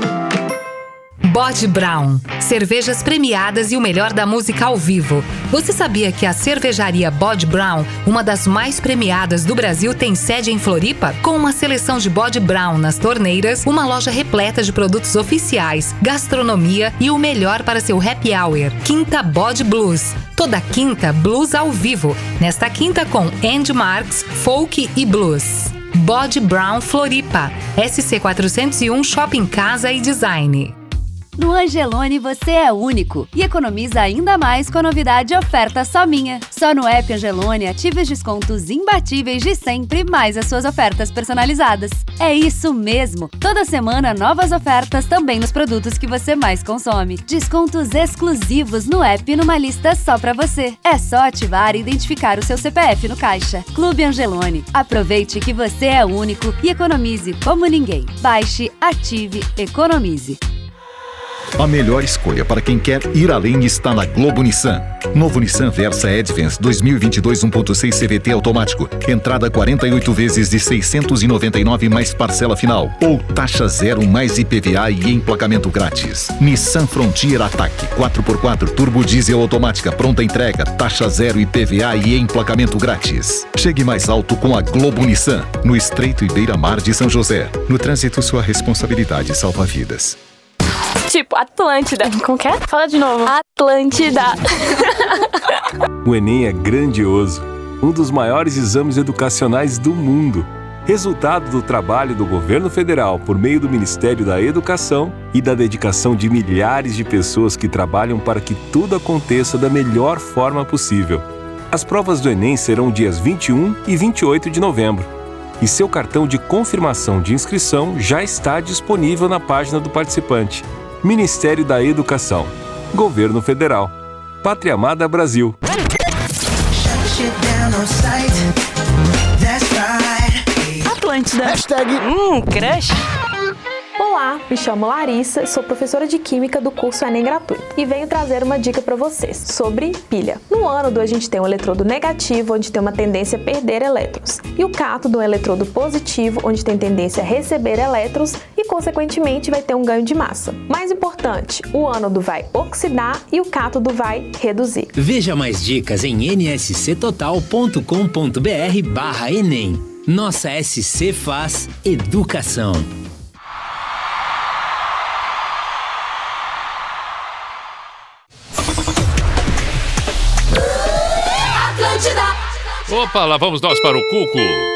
Bode Brown, cervejas premiadas e o melhor da música ao vivo. Você sabia que a cervejaria Bode Brown, uma das mais premiadas do Brasil, tem sede em Floripa? Com uma seleção de Bode Brown nas torneiras, uma loja repleta de produtos oficiais, gastronomia e o melhor para seu happy hour. Quinta Bode Blues. Toda quinta, blues ao vivo. Nesta quinta com Andy Marks, folk e blues. Bode Brown Floripa. S C quatrocentos e um Shopping Casa e Design. No Angelone você é único e economiza ainda mais com a novidade Oferta Só Minha. Só no app Angelone ative os descontos imbatíveis de sempre, mais as suas ofertas personalizadas. É isso mesmo! Toda semana novas ofertas também nos produtos que você mais consome. Descontos exclusivos no app numa lista só pra você. É só ativar e identificar o seu C P F no caixa. Clube Angelone. Aproveite que você é único e economize como ninguém. Baixe, ative, economize. A melhor escolha para quem quer ir além está na Globo Nissan. Novo Nissan Versa Advance dois mil e vinte e dois um ponto seis C V T automático. Entrada quarenta e oito vezes de seiscentos e noventa e nove mais parcela final. Ou taxa zero mais I P V A e emplacamento grátis. Nissan Frontier Attack quatro por quatro Turbo Diesel automática pronta entrega. Taxa zero I P V A e emplacamento grátis. Chegue mais alto com a Globo Nissan. No Estreito e Beira-Mar de São José. No trânsito, sua responsabilidade salva vidas. Tipo, Atlântida. Como que é? Fala de novo. Atlântida. O Enem é grandioso. Um dos maiores exames educacionais do mundo. Resultado do trabalho do governo federal por meio do Ministério da Educação e da dedicação de milhares de pessoas que trabalham para que tudo aconteça da melhor forma possível. As provas do Enem serão dias vinte e um e vinte e oito de novembro. E seu cartão de confirmação de inscrição já está disponível na página do participante. Ministério da Educação. Governo Federal. Pátria Amada Brasil. Atlântida. Hashtag Hum, crush. Olá, me chamo Larissa, sou professora de Química do curso Enem Gratuito e venho trazer uma dica para vocês sobre pilha. No ânodo a gente tem um eletrodo negativo, onde tem uma tendência a perder elétrons, e o cátodo é um eletrodo positivo, onde tem tendência a receber elétrons e, consequentemente, vai ter um ganho de massa. Mais importante, o ânodo vai oxidar e o cátodo vai reduzir. Veja mais dicas em n s c total ponto com ponto b r barra Enem. Nossa S C faz educação. Opa, lá vamos nós para o Cuco.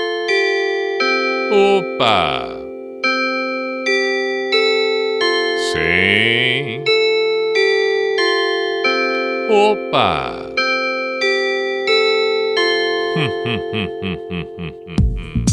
Opa. Sim. Opa. Hum, hum, hum, hum, hum, hum, hum.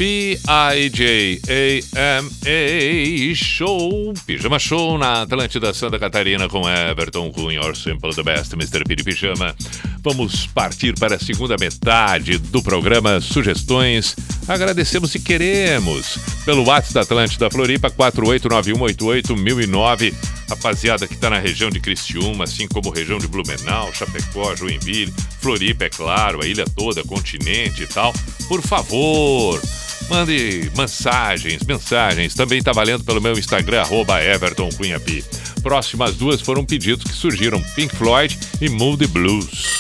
P I J A M A Show, Pijama Show na Atlântida Santa Catarina com Everton Cunha, Or Simple the Best, mister Piri Pijama. Vamos partir para a segunda metade do programa. Sugestões, agradecemos e queremos pelo WhatsApp da Atlântida Floripa, quatro oito nove um oito oito mil e nove. Rapaziada que está na região de Criciúma, assim como região de Blumenau, Chapecó, Joinville, Floripa, é claro, a ilha toda, continente e tal. Por favor, mande mensagens, mensagens. Também está valendo pelo meu Instagram, arroba Everton Cunha P. Próximas duas foram pedidos que surgiram: Pink Floyd e Moody Blues.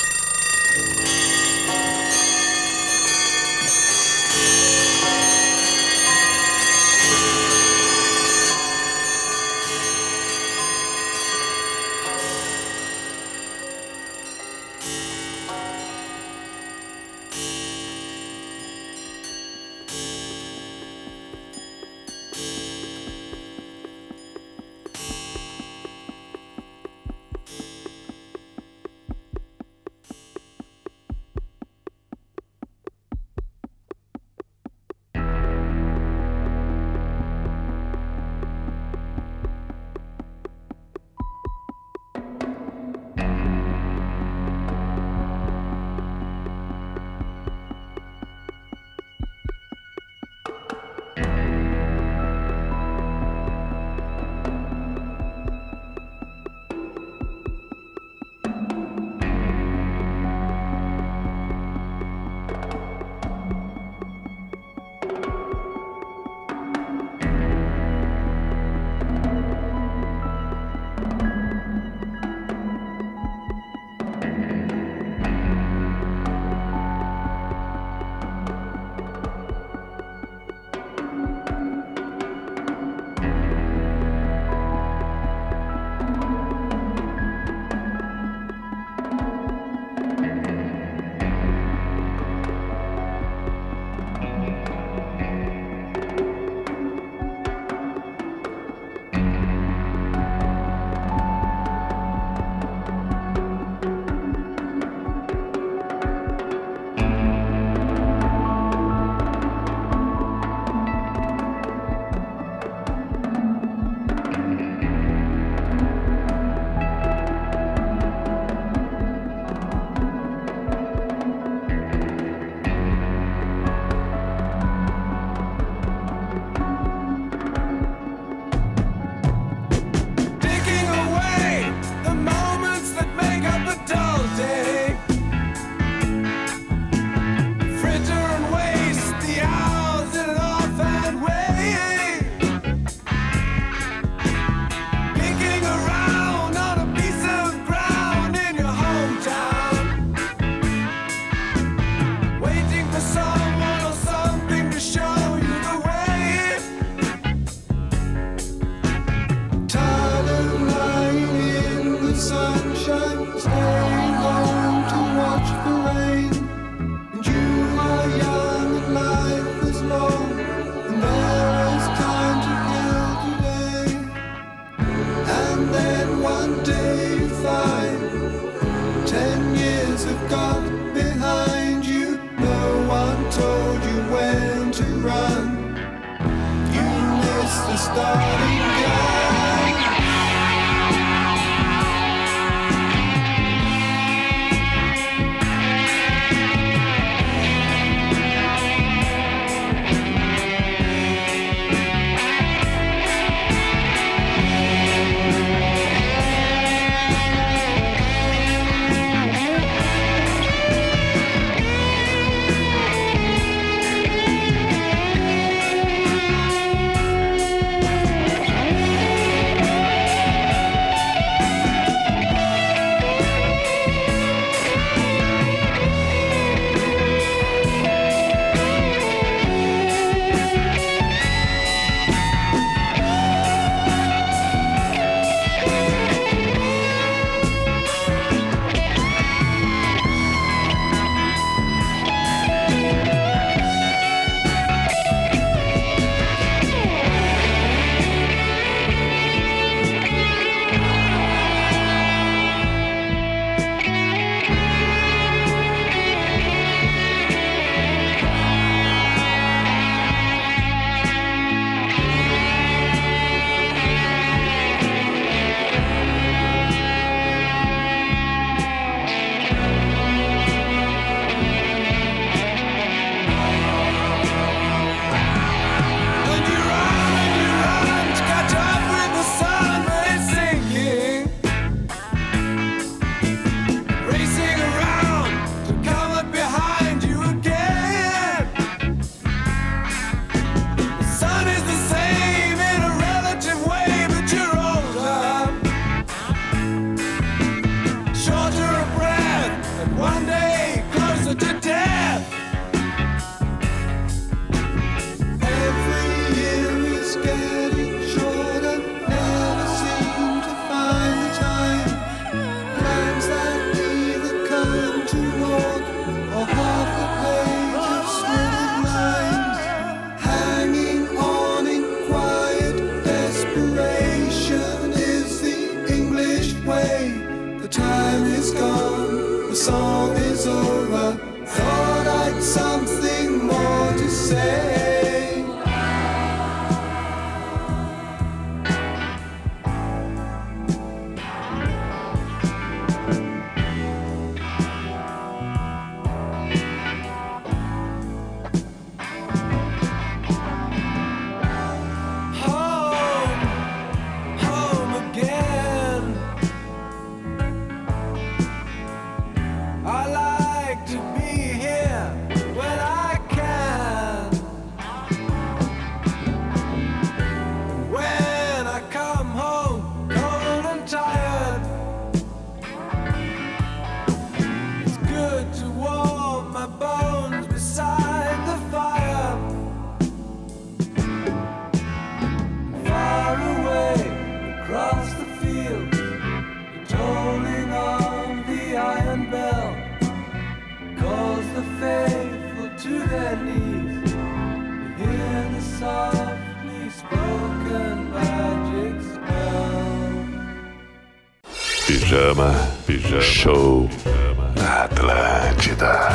Pijama, pijama show na Atlântida.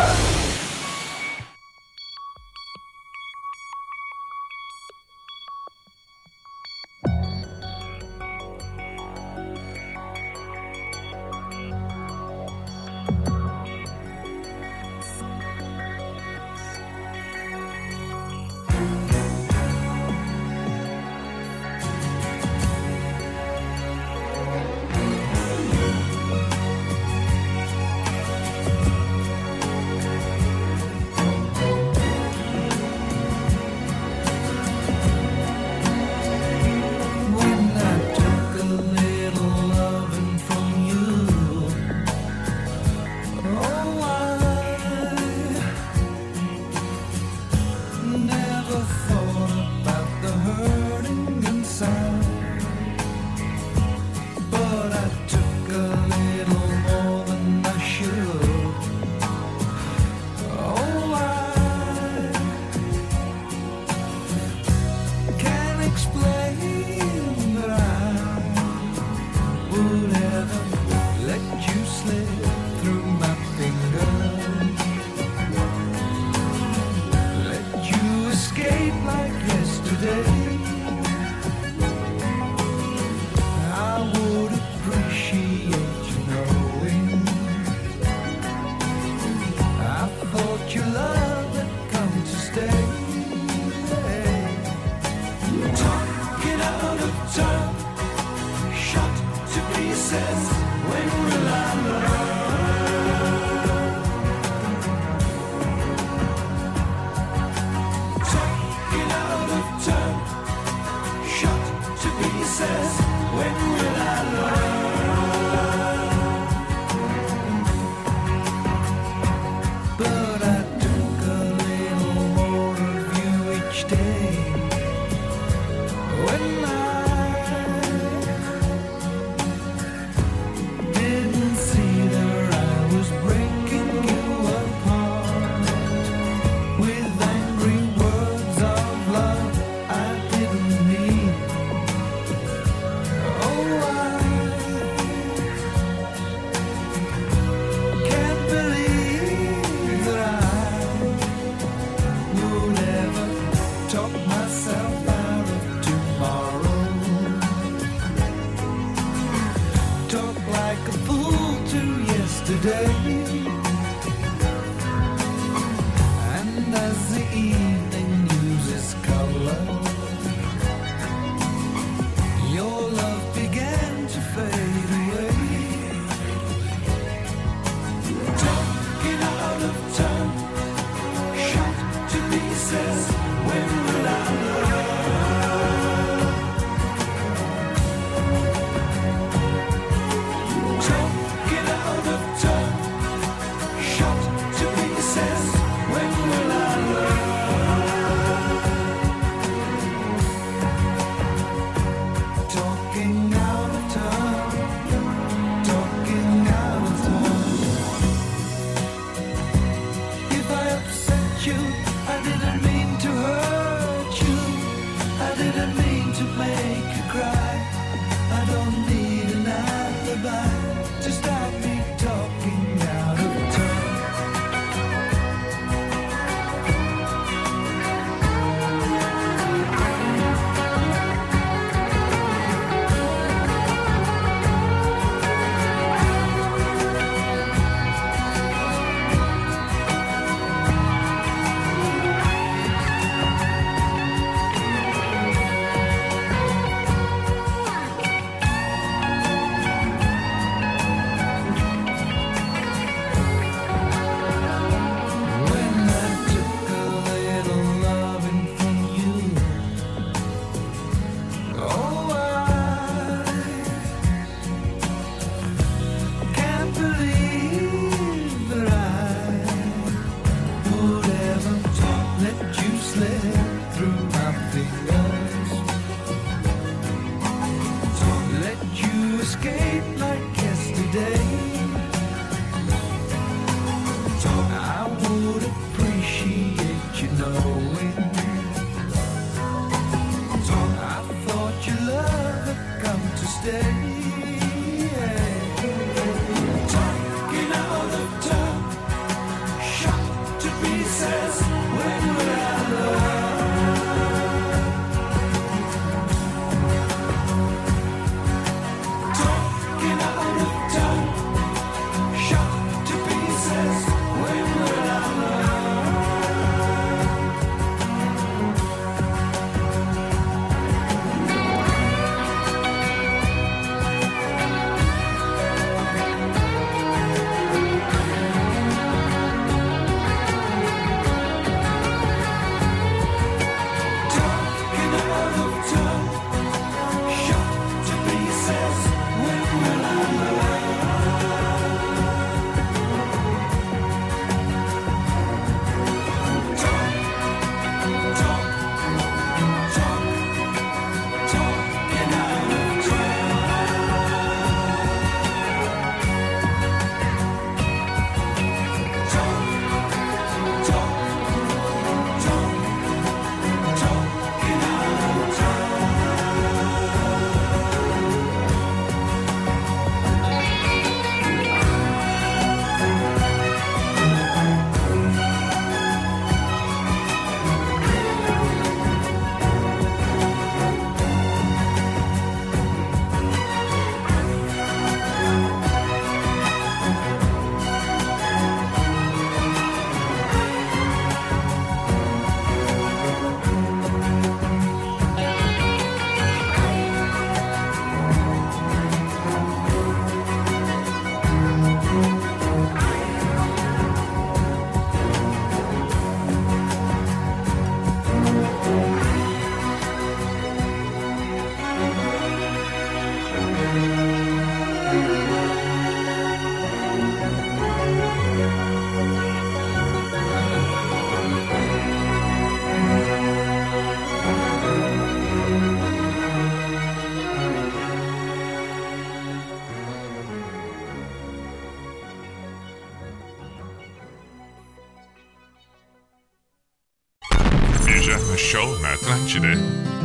bate, né?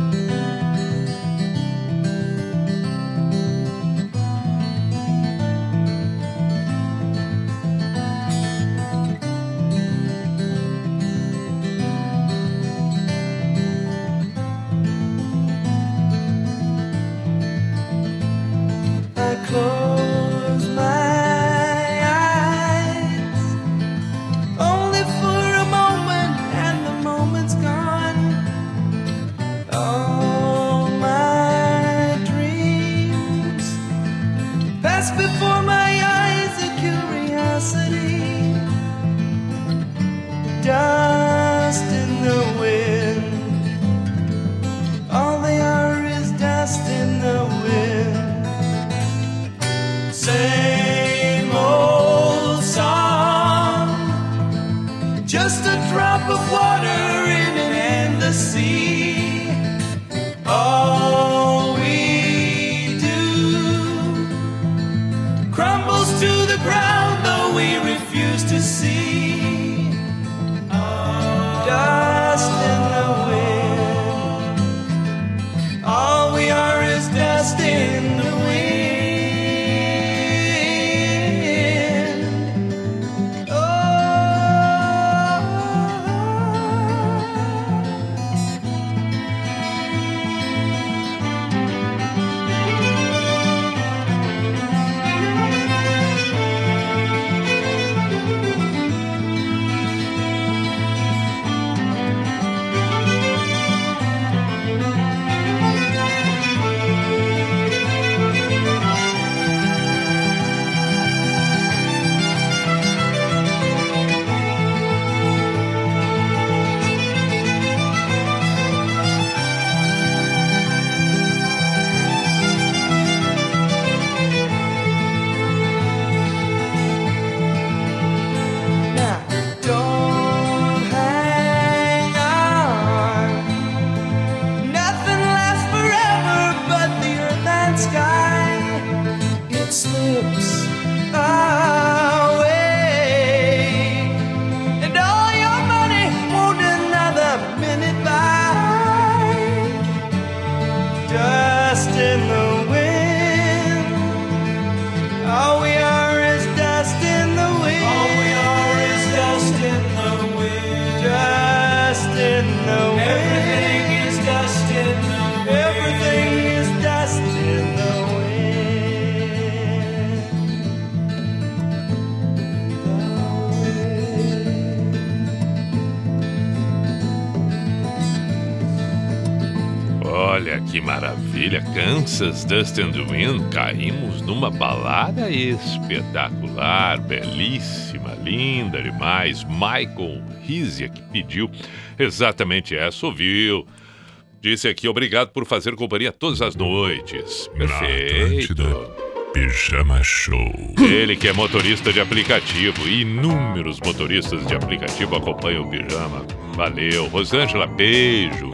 Que maravilha, Kansas, Dust and the Wind. Caímos numa balada espetacular, belíssima, linda demais. Michael Rizia que pediu exatamente essa, ouviu? Disse aqui, obrigado por fazer companhia todas as noites. Perfeito. Pijama Show. Ele que é motorista de aplicativo, inúmeros motoristas de aplicativo acompanham o Pijama. Valeu. Rosângela, beijo.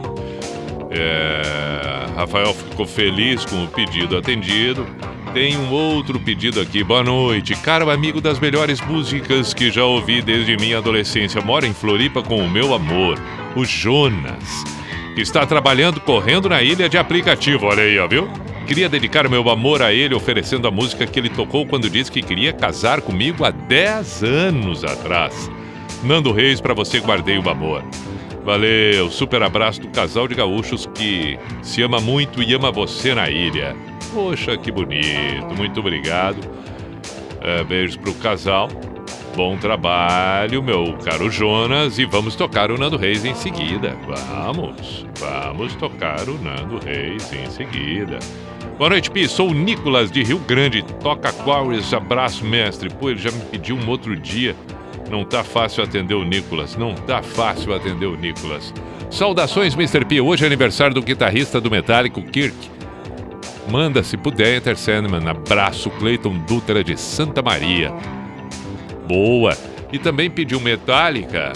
É, Rafael ficou feliz com o pedido atendido. Tem um outro pedido aqui. Boa noite, caro amigo das melhores músicas que já ouvi desde minha adolescência. Moro em Floripa com o meu amor, o Jonas, que está trabalhando correndo na ilha de aplicativo. Olha aí, ó, viu? Queria dedicar meu amor a ele, oferecendo a música que ele tocou quando disse que queria casar comigo há dez anos atrás. Nando Reis, pra você guardei o amor. Valeu, super abraço do casal de gaúchos que se ama muito e ama você na ilha. Poxa, que bonito, muito obrigado. É, beijos pro casal. Bom trabalho, meu caro Jonas. E vamos tocar o Nando Reis em seguida. Vamos, vamos tocar o Nando Reis em seguida. Boa noite, Pi. Sou o Nicolas de Rio Grande. Toca Aquarius, abraço, mestre. Pô, ele já me pediu um outro dia. Não tá fácil atender o Nicolas. Não tá fácil atender o Nicolas. Saudações, mister P. Hoje é aniversário do guitarrista do Metallica, Kirk. Manda, se puder, Enter Sandman. Abraço, Cleiton Dutra de Santa Maria. Boa. E também pediu Metallica.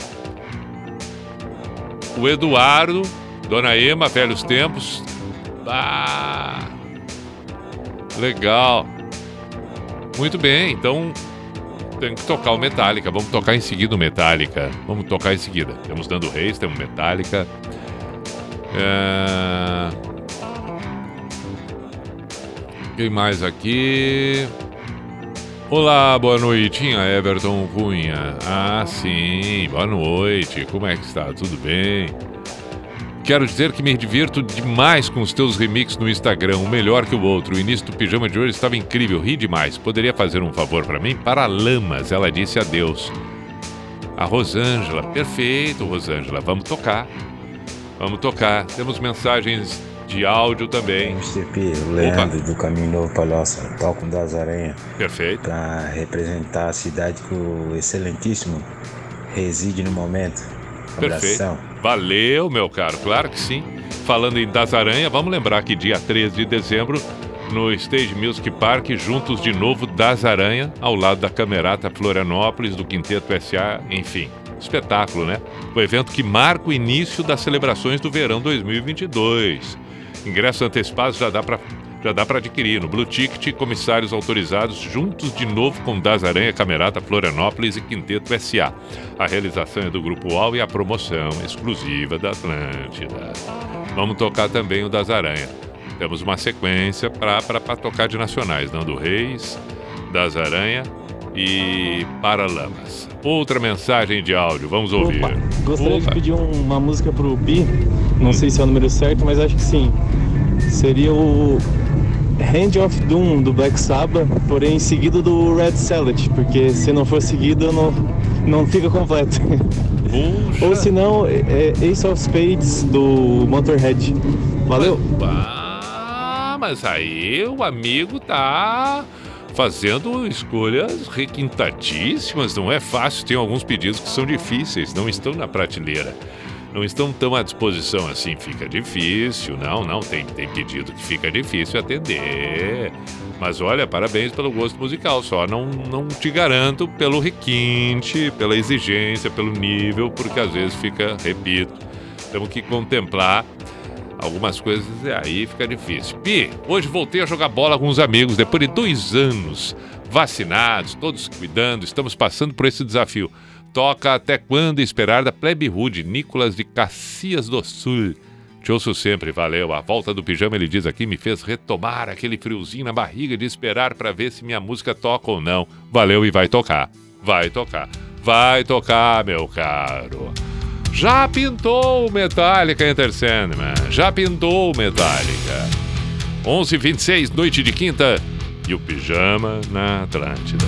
O Eduardo, Dona Ema, Velhos Tempos. Ah, legal. Muito bem, então tem que tocar o Metallica. Vamos tocar em seguida o Metallica. Vamos tocar em seguida. Temos Nando Reis, temos Metallica. É... Quem mais aqui? Olá, boa noitinha, Everton Cunha. Ah, sim, boa noite. Como é que está? Tudo bem? Quero dizer que me divirto demais com os teus remixes no Instagram, um melhor que o outro. O início do pijama de hoje estava incrível, ri demais. Poderia fazer um favor para mim? Paralamas, ela disse adeus. A Rosângela, perfeito, Rosângela, vamos tocar. Vamos tocar. Temos mensagens de áudio também. M C P, o Leandro do Caminho Novo Palhoça, palco das Aranhas. Perfeito. Para representar a cidade que o excelentíssimo reside no momento. Perfeito. Abração. Valeu, meu caro, claro que sim. Falando em Das Aranha, vamos lembrar que dia treze de dezembro, no Stage Music Park, juntos de novo Das Aranha, ao lado da Camerata Florianópolis, do Quinteto S A, enfim. Espetáculo, né? O evento que marca o início das celebrações do verão dois mil e vinte e dois. Ingressos antecipados já dá para já dá para adquirir no Blue Ticket, comissários autorizados, juntos de novo com Das Aranha, Camerata Florianópolis e Quinteto S A. A realização é do Grupo U A U e a promoção exclusiva da Atlântida. Vamos tocar também o Das Aranha. Temos uma sequência para tocar de nacionais, Nando Reis, Das Aranha e Paralamas. Outra mensagem de áudio, vamos ouvir. Opa, gostaria Opa. de pedir um- uma música pro Bi, não sei se é o número certo, mas acho que sim. Seria o Hand of Doom do Black Sabbath, porém seguido do Red Salad, porque se não for seguido não, não fica completo. Ou se não, é Ace of Spades do Motorhead. Valeu! Ah, mas aí o amigo tá fazendo escolhas requintadíssimas, não é fácil. Tem alguns pedidos que são difíceis, não estão na prateleira, não estão tão à disposição assim, fica difícil. Não, não, tem, tem pedido que fica difícil atender. Mas olha, parabéns pelo gosto musical, só não, não te garanto pelo requinte, pela exigência, pelo nível, porque às vezes fica, repito, temos que contemplar algumas coisas e aí fica difícil. Pi, hoje voltei a jogar bola com os amigos, depois de dois anos vacinados, todos cuidando, estamos passando por esse desafio. Toca Até Quando Esperar da Plebe Rude, Nicolas de Caxias do Sul. Te ouço sempre, valeu. A volta do pijama, ele diz aqui, me fez retomar aquele friozinho na barriga de esperar para ver se minha música toca ou não. Valeu e vai tocar, vai tocar, vai tocar, meu caro. Já pintou o Metallica Enter Sandman, já pintou o Metallica. onze e vinte e seis, noite de quinta, e o pijama na Atlântida.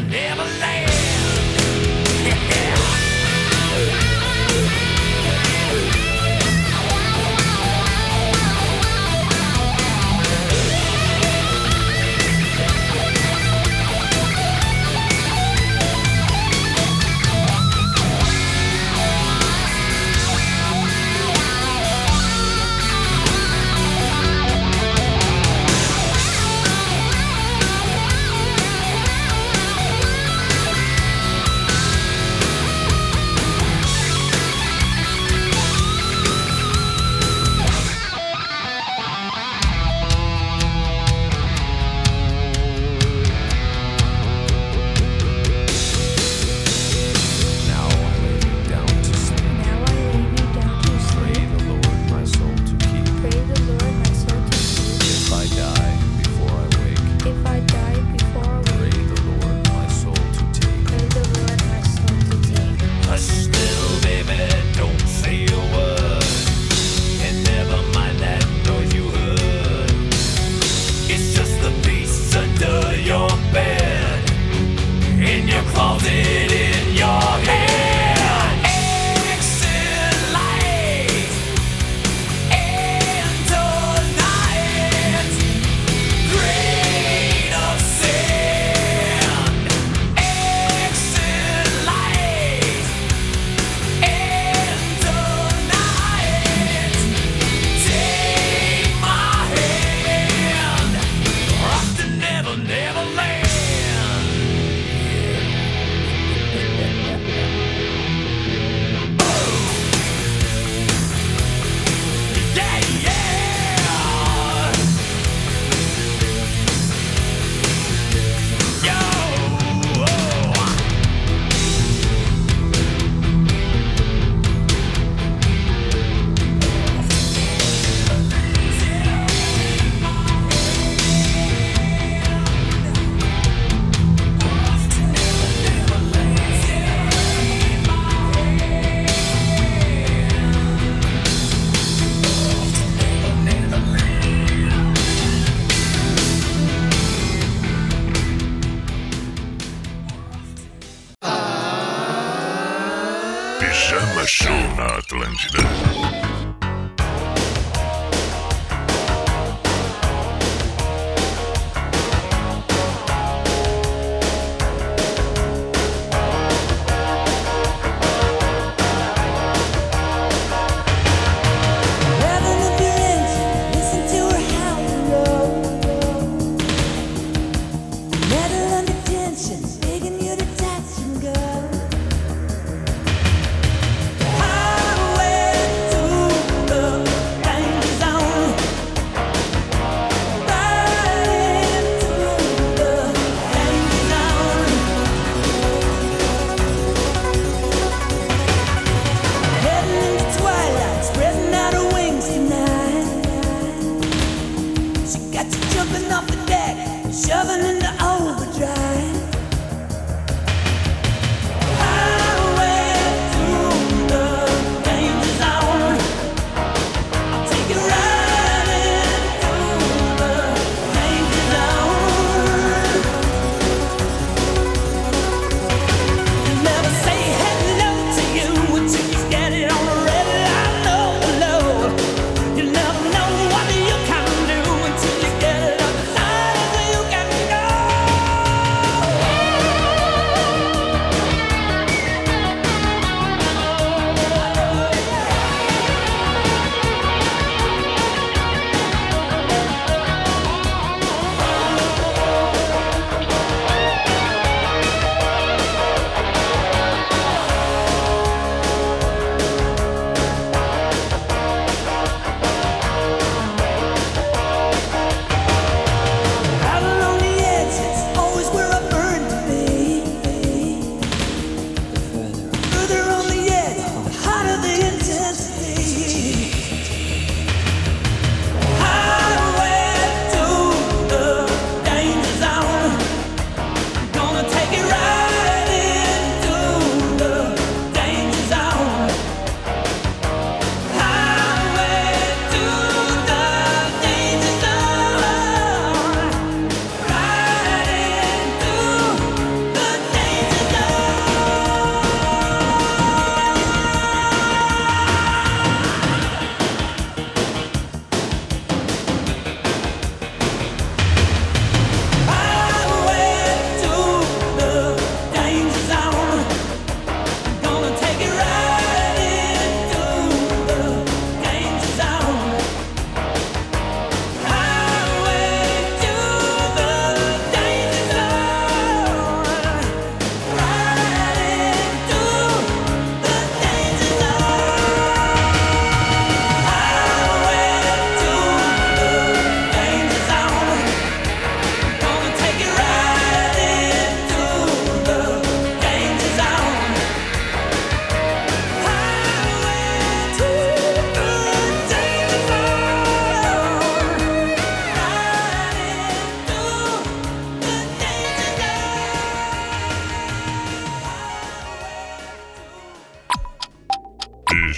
Pijama Show na Atlântida. Highway to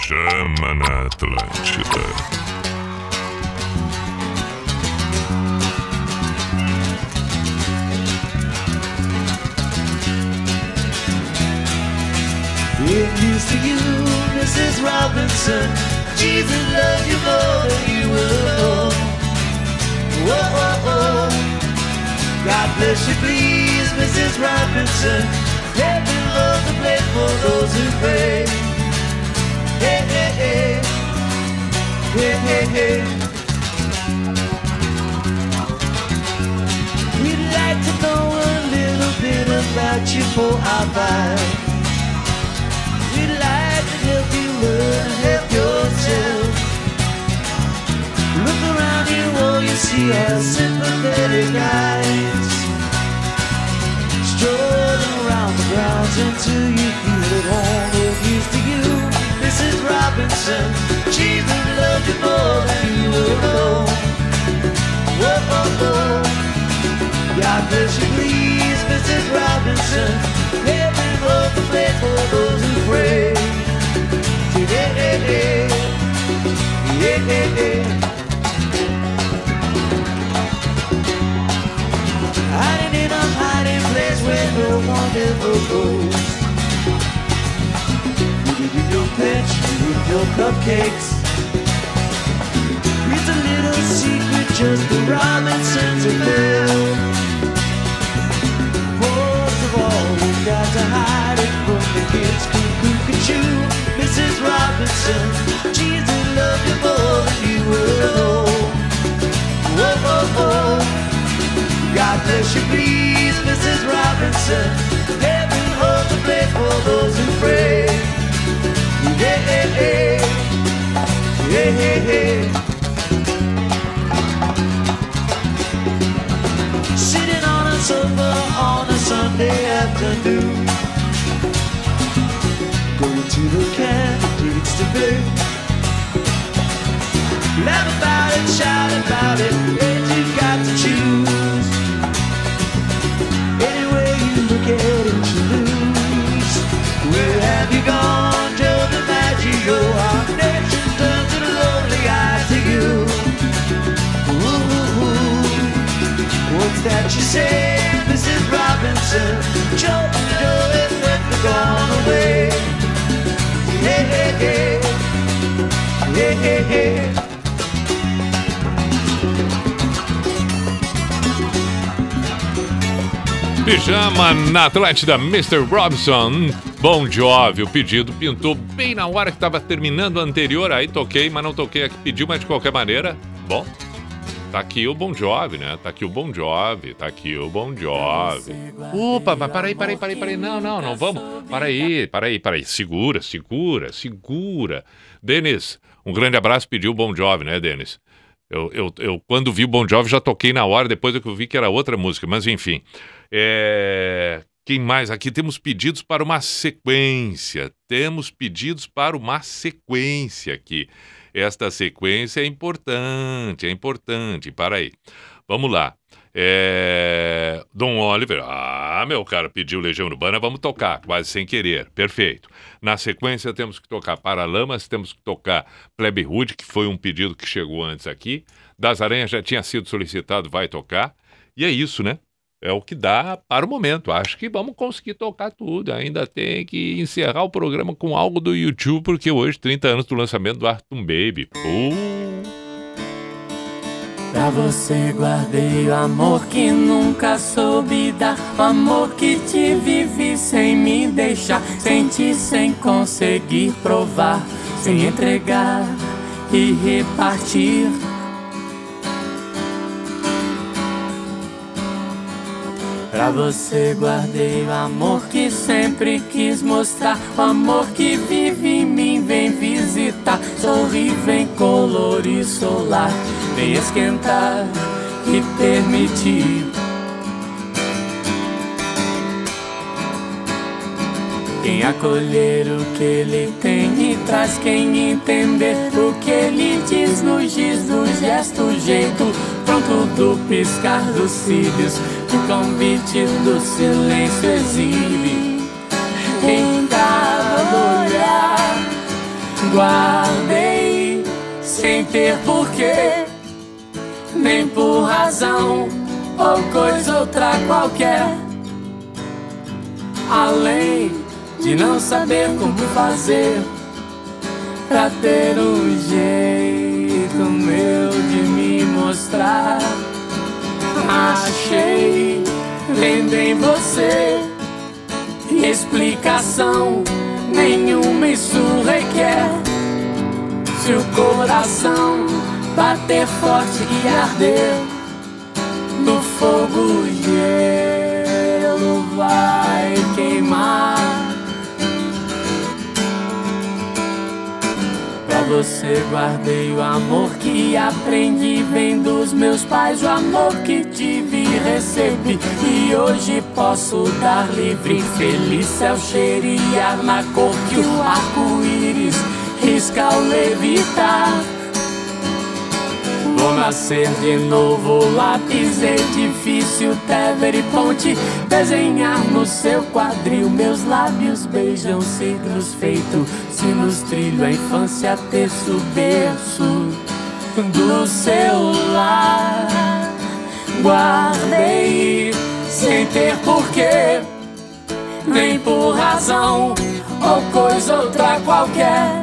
Pijama na Atlântida. Here's to you, Missus Robinson. Jesus loves you more than you will know. Whoa, whoa, whoa. God bless you, please, Missus Robinson. Heaven loves a place for those who pray. Hey, hey, hey. Hey, hey, hey. We'd like to know a little bit about you for our vibe. We'd like to help you learn and help yourself. Look around you, all you see are sympathetic eyes. Strolling around the grounds until you feel at home. Well, here's to you, Missus Robinson. Jesus loves you more than you will know. Whoa, whoa, whoa. God bless you, please, Missus Robinson. Heaven holds a place for those who pray. Yeah, yeah, yeah. Yeah, yeah, yeah. Hiding in a hiding place where no one ever goes. With your pets, with your cupcakes. It's a little secret just the Robinsons have found. Most of all, we've got to hide it from the kids. Cuckoo-cuckoo, Missus Robinson. Jesus loves you more than you will know. Whoa, whoa, whoa. God bless you, please, Missus Robinson. Heaven holds a place for those who pray. Yeah, yeah, yeah. Yeah, yeah, yeah. Sitting on a sofa on a Sunday afternoon. Going to the candidates debate. Laugh about it, shout about it, and you've got to choose. Anyway you look at it, you lose. Where have you gone, Joe DiMaggio? Our nation turns its lonely eyes to you. Ooh, ooh, ooh. What's that you say, Missus Robinson? Joe, Joe has never gone away. Hey, hey, hey. Hey, hey, hey. Pijama na Atlântida, mister Robinson, Bon Jovi. O pedido pintou bem na hora que estava terminando a anterior. Aí toquei, mas não toquei aqui. Pediu, mas de qualquer maneira, bom, tá aqui o Bon Jovi, né? Tá aqui o Bon Jovi, tá aqui o Bon Jovi. Opa, mas para aí, para aí, para aí, para aí. Não, não, não vamos. Para aí, para aí, para aí. Segura, segura, segura. Denis, um grande abraço. Pediu o Bon Jovi, né, Denis? Eu, eu, eu, quando vi o Bon Jovi, já toquei na hora, depois eu vi que era outra música, mas enfim. É... Quem mais? Aqui temos pedidos para uma sequência. Temos pedidos para uma sequência aqui. Esta sequência é importante, é importante. Para aí. Vamos lá. É... Dom Oliver. Ah, meu cara, pediu Legião Urbana, vamos tocar, quase sem querer. Perfeito. Na sequência temos que tocar Paralamas, temos que tocar Plebe Rude, que foi um pedido que chegou antes aqui. Das Aranhas já tinha sido solicitado, vai tocar. E é isso, né? É o que dá para o momento. Acho que vamos conseguir tocar tudo. Ainda tem que encerrar o programa com algo do YouTube, porque hoje, trinta anos do lançamento do Artum Baby. Pô! Pra você guardei o amor que nunca soube dar, o amor que te vivi sem me deixar, senti sem conseguir provar, sem entregar e repartir. Pra você guardei o amor que sempre quis mostrar, o amor que vive em mim, vem visitar, sorri, vem colorir solar, vem esquentar e permitir. Quem acolher o que ele tem e traz quem entender o que ele diz no giz do gesto, jeito pronto do piscar dos cílios, que o convite do silêncio exibe. Em cada olhar Guardei sem ter porquê, nem por razão ou coisa outra qualquer, além de não saber como fazer pra ter um jeito meu de me mostrar. Achei vendo em você e explicação nenhuma isso requer. Se o coração bater forte e arder no fogo, o gelo vai queimar. Pra você guardei o amor que aprendi, vem dos meus pais, o amor que tive e recebi, e hoje posso dar livre. Feliz céu, cheiro e ar na cor que o arco-íris risca ao levitar. Vou nascer de novo, lápis, edifício, Tever e ponte, desenhar no seu quadril. Meus lábios beijam signos feitos, sinos trilho a infância, terço, berço do seu lar. Guardei sem ter porquê, nem por razão ou coisa outra qualquer,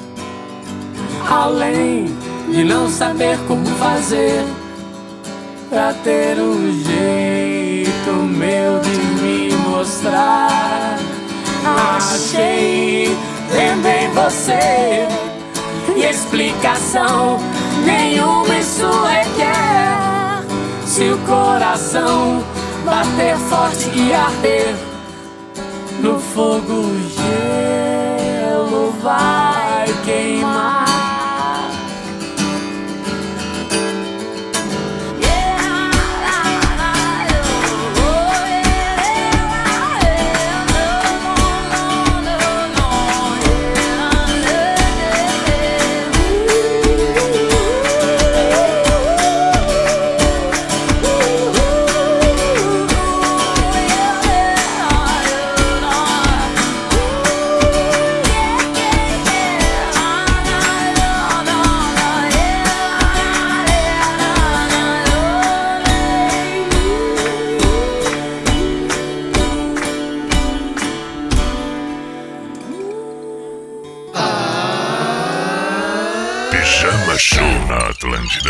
além de não saber como fazer pra ter um jeito meu de me mostrar. Achei vendo em você e explicação nenhuma isso requer. Se o coração bater forte e arder no fogo, o gelo vai queimar. Pijama Show na Atlântida.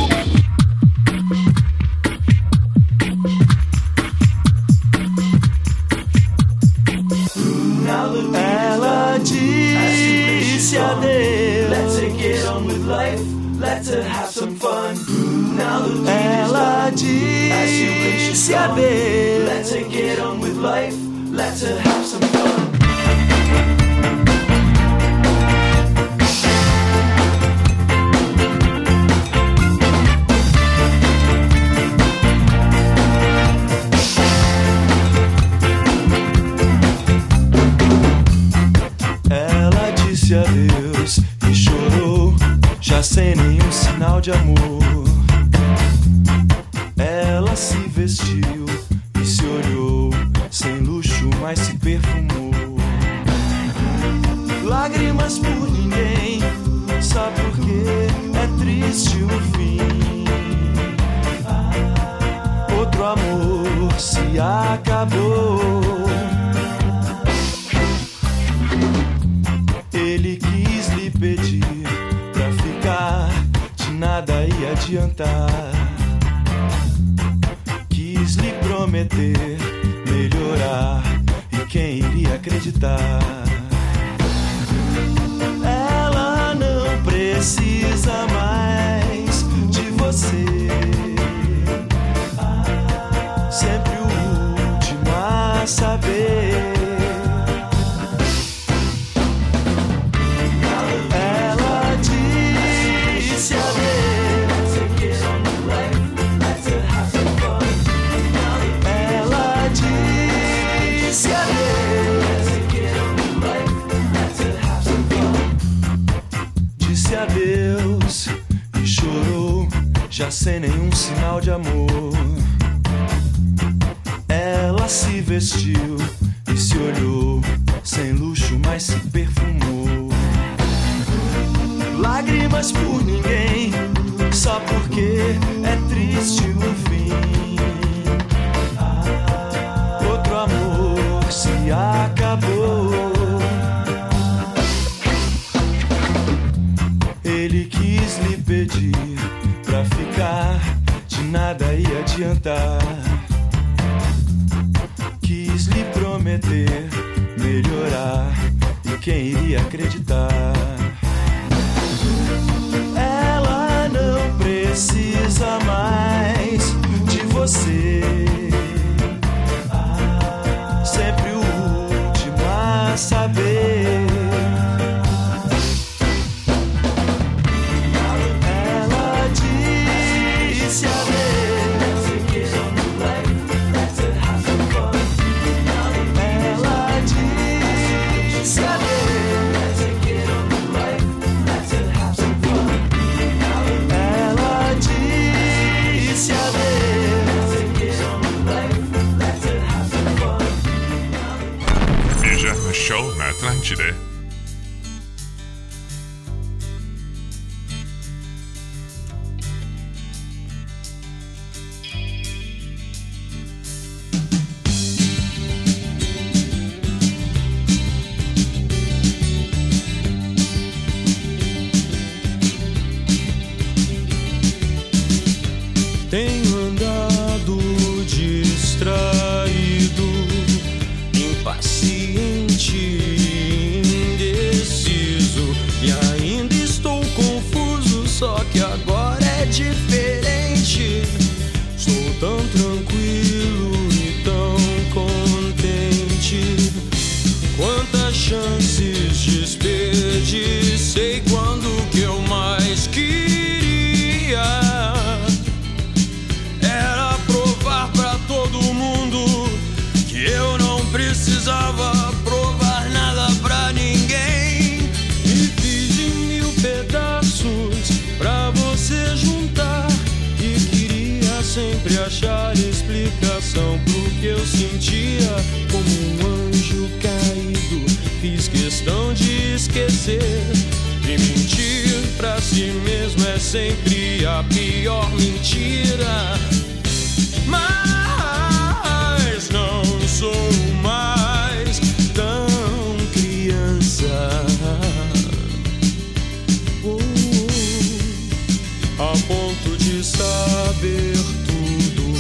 Ela disse adeus. Let's get on with life. Let's have some fun. Ela disse adeus. Let's get on with life. Let's have some fun. Adeus e chorou, já sem nenhum sinal de amor. Ela se vestiu e se olhou, sem luxo, mas se perfumou. Lágrimas por ninguém, sabe por quê? É triste o fim. Outro amor se acabou. Ele quis lhe pedir pra ficar, de nada ia adiantar. Quis lhe prometer melhorar, e quem iria acreditar? Ela não precisa mais de você. Sempre o último a saber. Adeus e chorou, já sem nenhum sinal de amor. Ela se vestiu e se olhou, sem luxo, mas se perfumou. mais por ninguém, só porque é triste no fim. Ah, outro amor se acabou. Ele quis lhe pedir pra ficar, de nada ia adiantar. Quis lhe prometer melhorar, e quem iria acreditar? Ela não precisa mais de você. Ah, sempre o último a saber. Ela disse adeus. Ela disse adeus. Ela disse adeus. Pijama Show na Atlântida. Tenho andado distraído, impaciente, indeciso, e ainda estou confuso, só que agora é diferente. Estou tão tranquilo e tão contente. Quantas chances desperdicei quando o que eu mais queria era provar pra todo mundo que eu não precisava provar nada pra ninguém. Me fiz em mil pedaços pra você juntar, e queria sempre achar explicação pro que eu sentia. Como um anjo caído, fiz questão de esquecer. E mentir pra si mesmo é sempre a pior mentira. Mas não sou mais tão criança, oh, a ponto de saber tudo.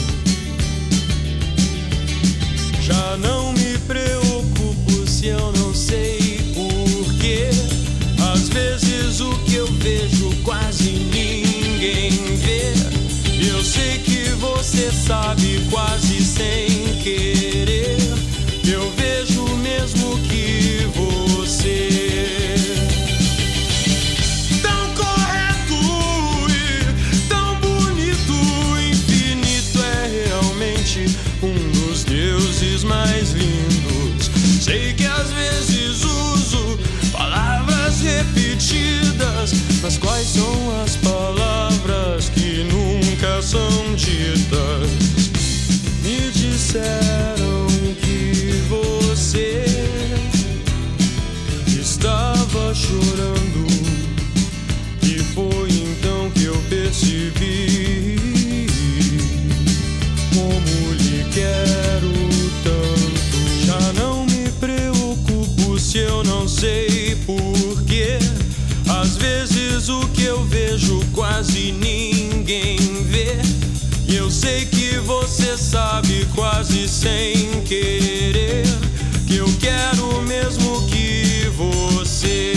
Já não me preocupo se eu não sei porquê. Às vezes o que eu vejo quase ninguém vê. Eu sei que você sabe quase sem querer. Eu vejo mesmo que você tão correto e tão bonito, infinito, é realmente um dos deuses mais lindos. Sei que às vezes uso palavras repetidas, mas quais são as palavras que nunca são ditas? Me disseram que você estava chorando, e foi então que eu percebi como lhe quero tanto. Já não me preocupo se eu não sei porquê. Às vezes o que eu vejo quase ninguém vê. E eu sei que você sabe quase sem querer que eu quero mesmo que você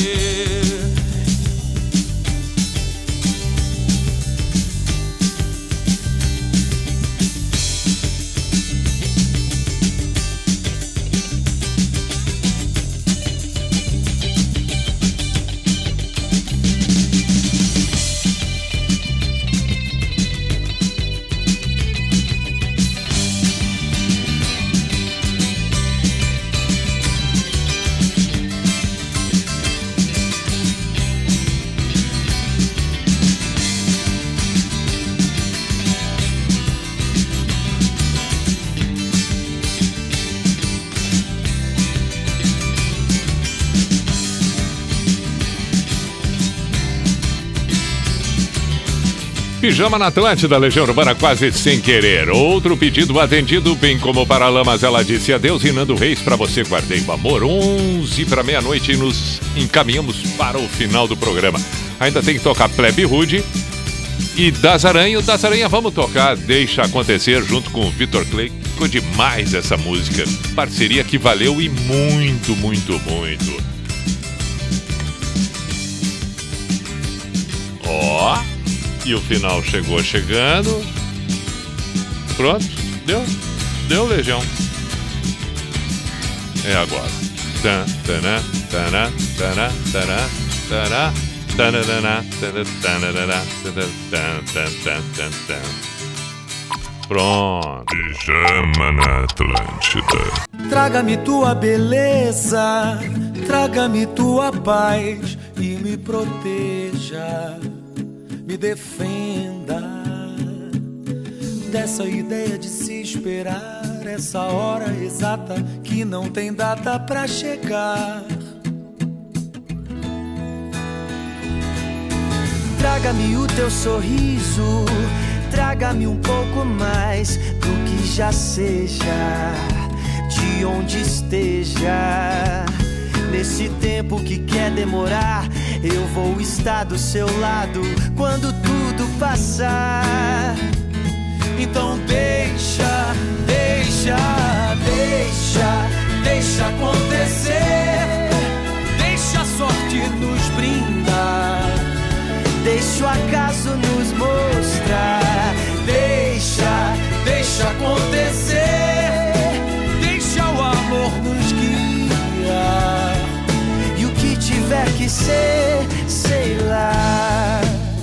Pijama na Atlântida, Legião Urbana quase sem querer. Outro pedido atendido, bem como Paralamas, ela disse adeus. E Nando Reis, pra você guardei o amor. onze para meia-noite e nos encaminhamos para o final do programa. Ainda tem que tocar Plebe Rude e Das Aranha. O Das Aranha vamos tocar Deixa Acontecer junto com o Vitor Clay. Ficou demais essa música. Parceria que valeu e muito, muito, muito. Ó, e o final chegou chegando. Pronto, deu, deu, Legião. É agora. Tan, taná, taná, taná, taná, taná, tanananá, tanananá, tanananá. Pronto. Pijama na Atlântida. Traga-me tua beleza, traga-me tua paz e me proteja, me defenda dessa ideia de se esperar essa hora exata que não tem data pra chegar. Traga-me o teu sorriso, traga-me um pouco mais do que já seja, de onde esteja. Nesse tempo que quer demorar, eu vou estar do seu lado quando tudo passar. Então deixa, deixa, deixa, deixa acontecer. Deixa a sorte nos brindar, deixa o acaso nos mostrar. Deixa, deixa acontecer. Deixa o amor nos guiar. E o que tiver que ser, sei lá.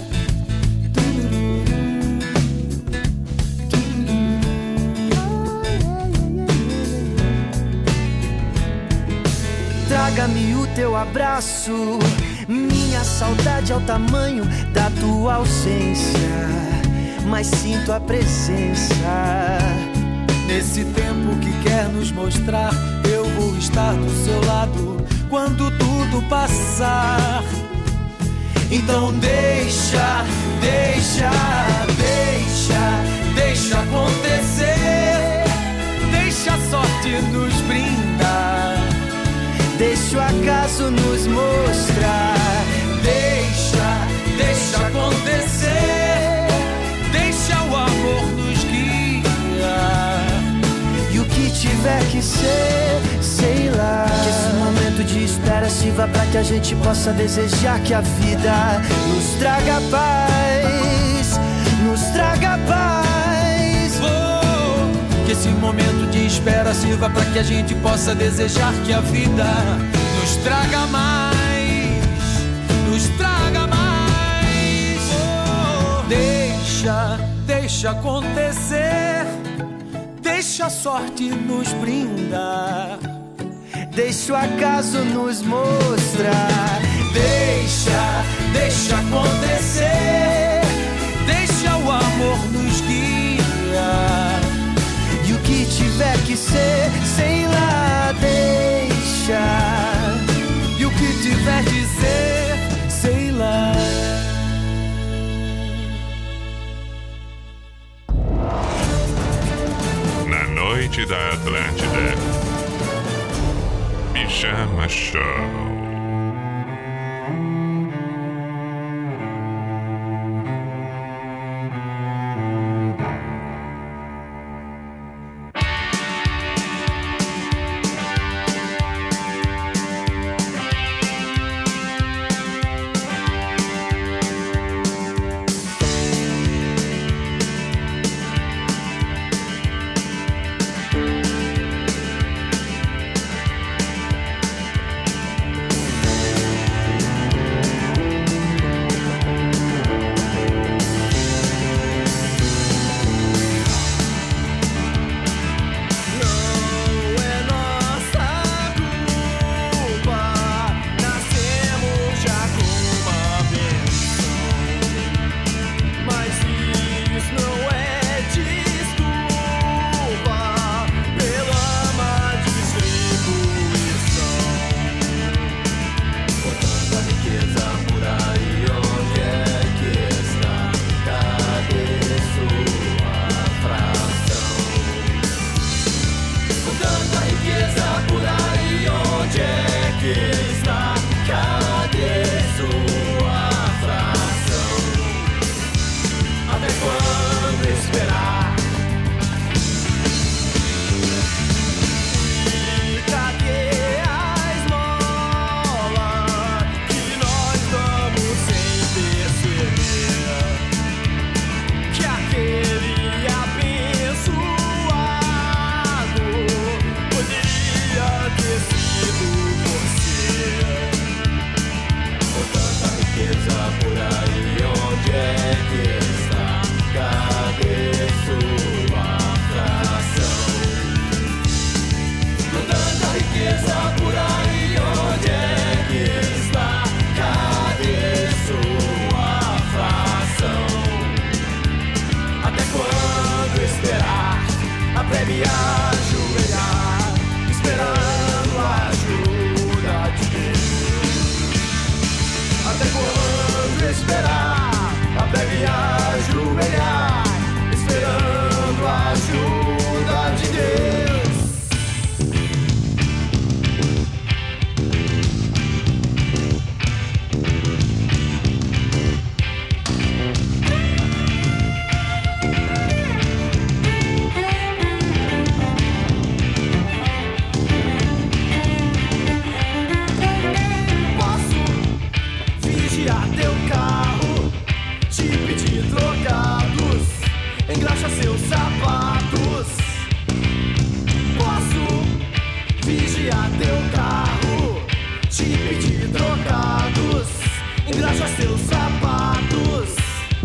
Traga-me o teu abraço, minha saudade é o tamanho da tua ausência, mas sinto a presença. Nesse tempo que quer nos mostrar, eu vou estar do seu lado quando tudo passar. Então deixa, deixa, deixa, deixa acontecer. Deixa a sorte nos brindar, deixa o acaso nos mostrar. Deixa, deixa acontecer. Deixa o amor nos guiar. E o que tiver que ser, sei lá. Que esse momento de espera sirva pra que a gente possa desejar que a vida nos traga paz, nos traga paz. Oh, que esse momento de espera sirva pra que a gente possa desejar que a vida nos traga mais, nos traga mais. Oh, deixa, deixa acontecer. Deixa a sorte nos brindar, deixa o acaso nos mostrar. Deixa, deixa acontecer. Deixa o amor nos guiar. E o que tiver que ser, sei lá, deixa. E o que tiver que ser, sei lá. Na noite da Atlântida, Pijama Show. breve ajoelhar, esperando a ajuda de Deus. Até quando esperar? A breve ajoelhar, esperando a ajuda de Deus. Teu carro, te pedir trocados, engraxa seus sapatos. Posso vigiar teu carro, te pedir trocados, engraxa seus sapatos.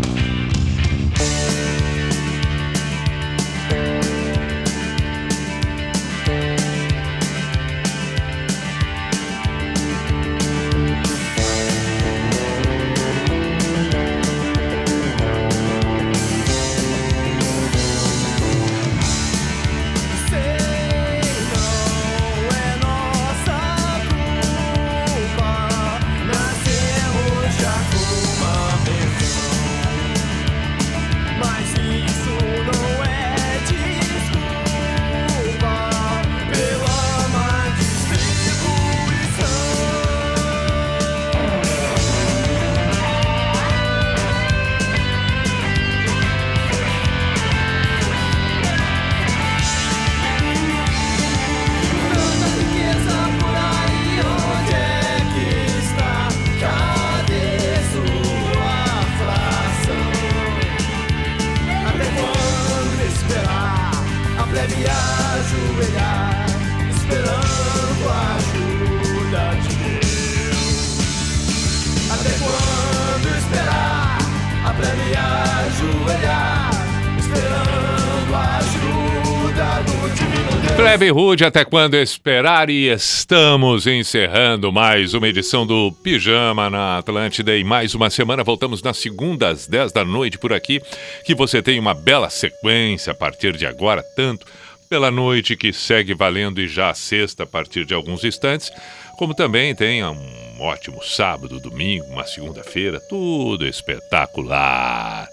Plebe Rude, até quando esperar? E estamos encerrando mais uma edição do Pijama na Atlântida. E mais uma semana, voltamos na segunda às dez da noite por aqui. Que você tenha uma bela sequência a partir de agora, tanto pela noite que segue valendo e já a sexta a partir de alguns instantes, como também tenha um ótimo sábado, domingo, uma segunda-feira, tudo espetacular.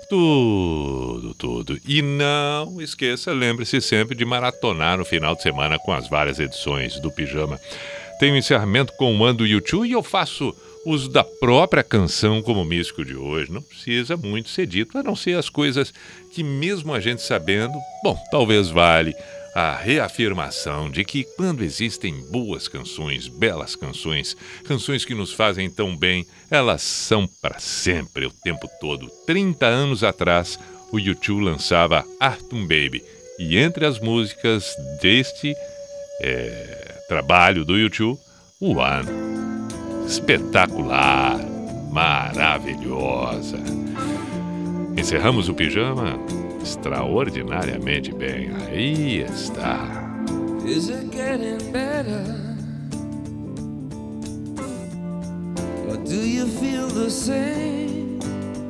Tudo, tudo. E não esqueça, lembre-se sempre de maratonar no final de semana com as várias edições do Pijama. Tem o encerramento com o One do U dois e eu faço uso da própria canção como místico de hoje. Não precisa muito ser dito, a não ser as coisas que mesmo a gente sabendo, bom, talvez vale a reafirmação de que quando existem boas canções, belas canções, canções que nos fazem tão bem, elas são para sempre, o tempo todo. trinta anos atrás, o U dois lançava Artum Baby, e entre as músicas deste é, trabalho do U dois, o One, espetacular, maravilhosa. Encerramos o Pijama extraordinariamente bem. Aí está. Is it getting better? Or do you feel the same?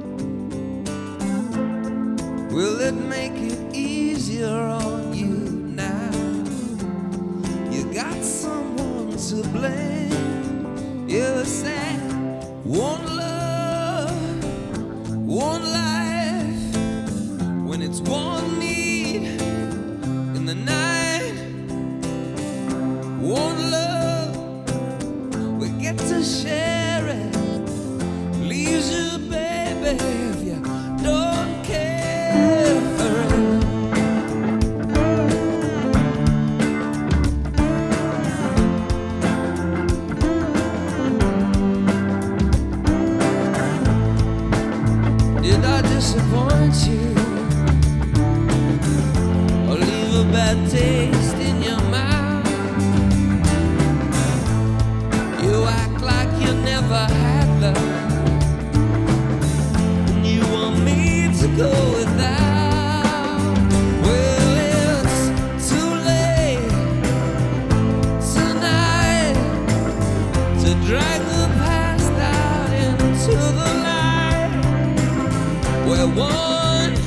Will it make it easier on you now? You got someone to blame. You said one love, one life. When it's one need in the night, one love, we get to share it. Leaves you, baby, if you don't care for it. Did I disappoint you? A bad taste in your mouth. You act like you never had love, and you want me to go without. Well, it's too late tonight to drag the past out into the light where one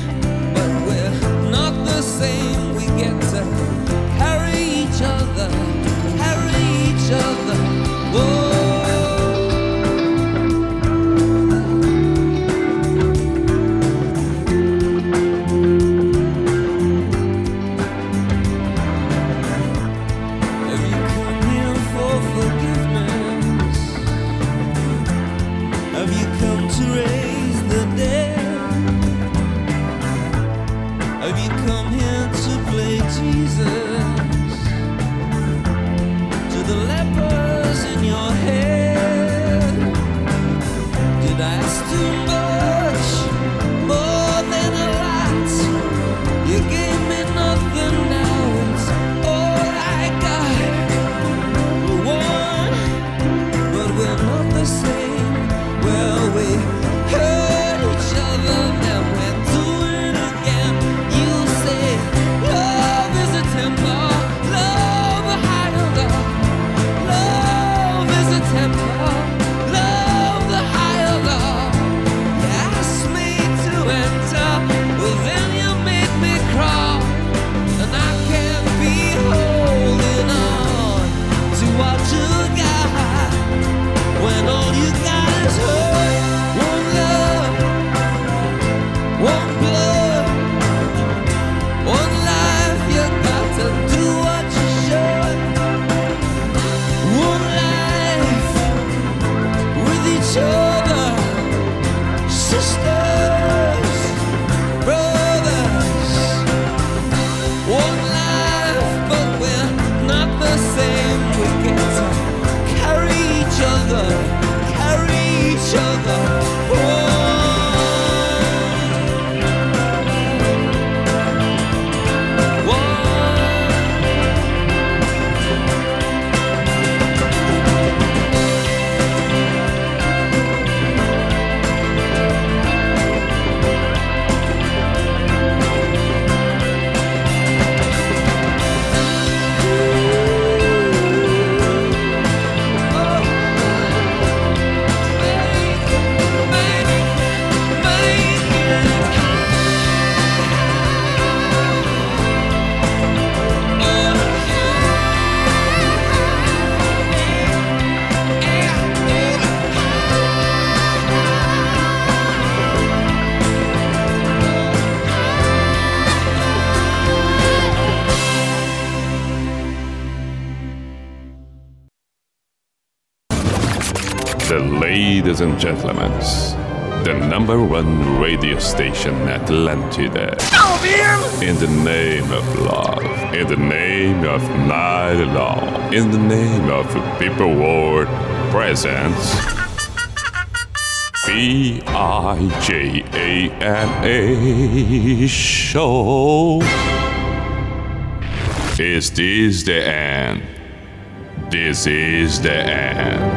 your head. Did I ask too much? More than a lot. You gave me nothing, now it's all I got. We're one, but we're not the same. Well, we hurt each other, then we're doing it again. You say love is a temper, love a higher love. Love is a temper, love the higher love. You asked me to enter, well then you made me crawl. And I can't be holding on to what you got, when all you got is hurt. One love, one blood, one life. You got to do what you should. One life with each other, sisters, brothers. One life, but we're not the same. We get to carry each other, carry each other. Ladies and gentlemen, the number one radio station Atlantida. In the name of love, in the name of night long, in the name of people world presents B I J A N A show. Is this the end? This is the end.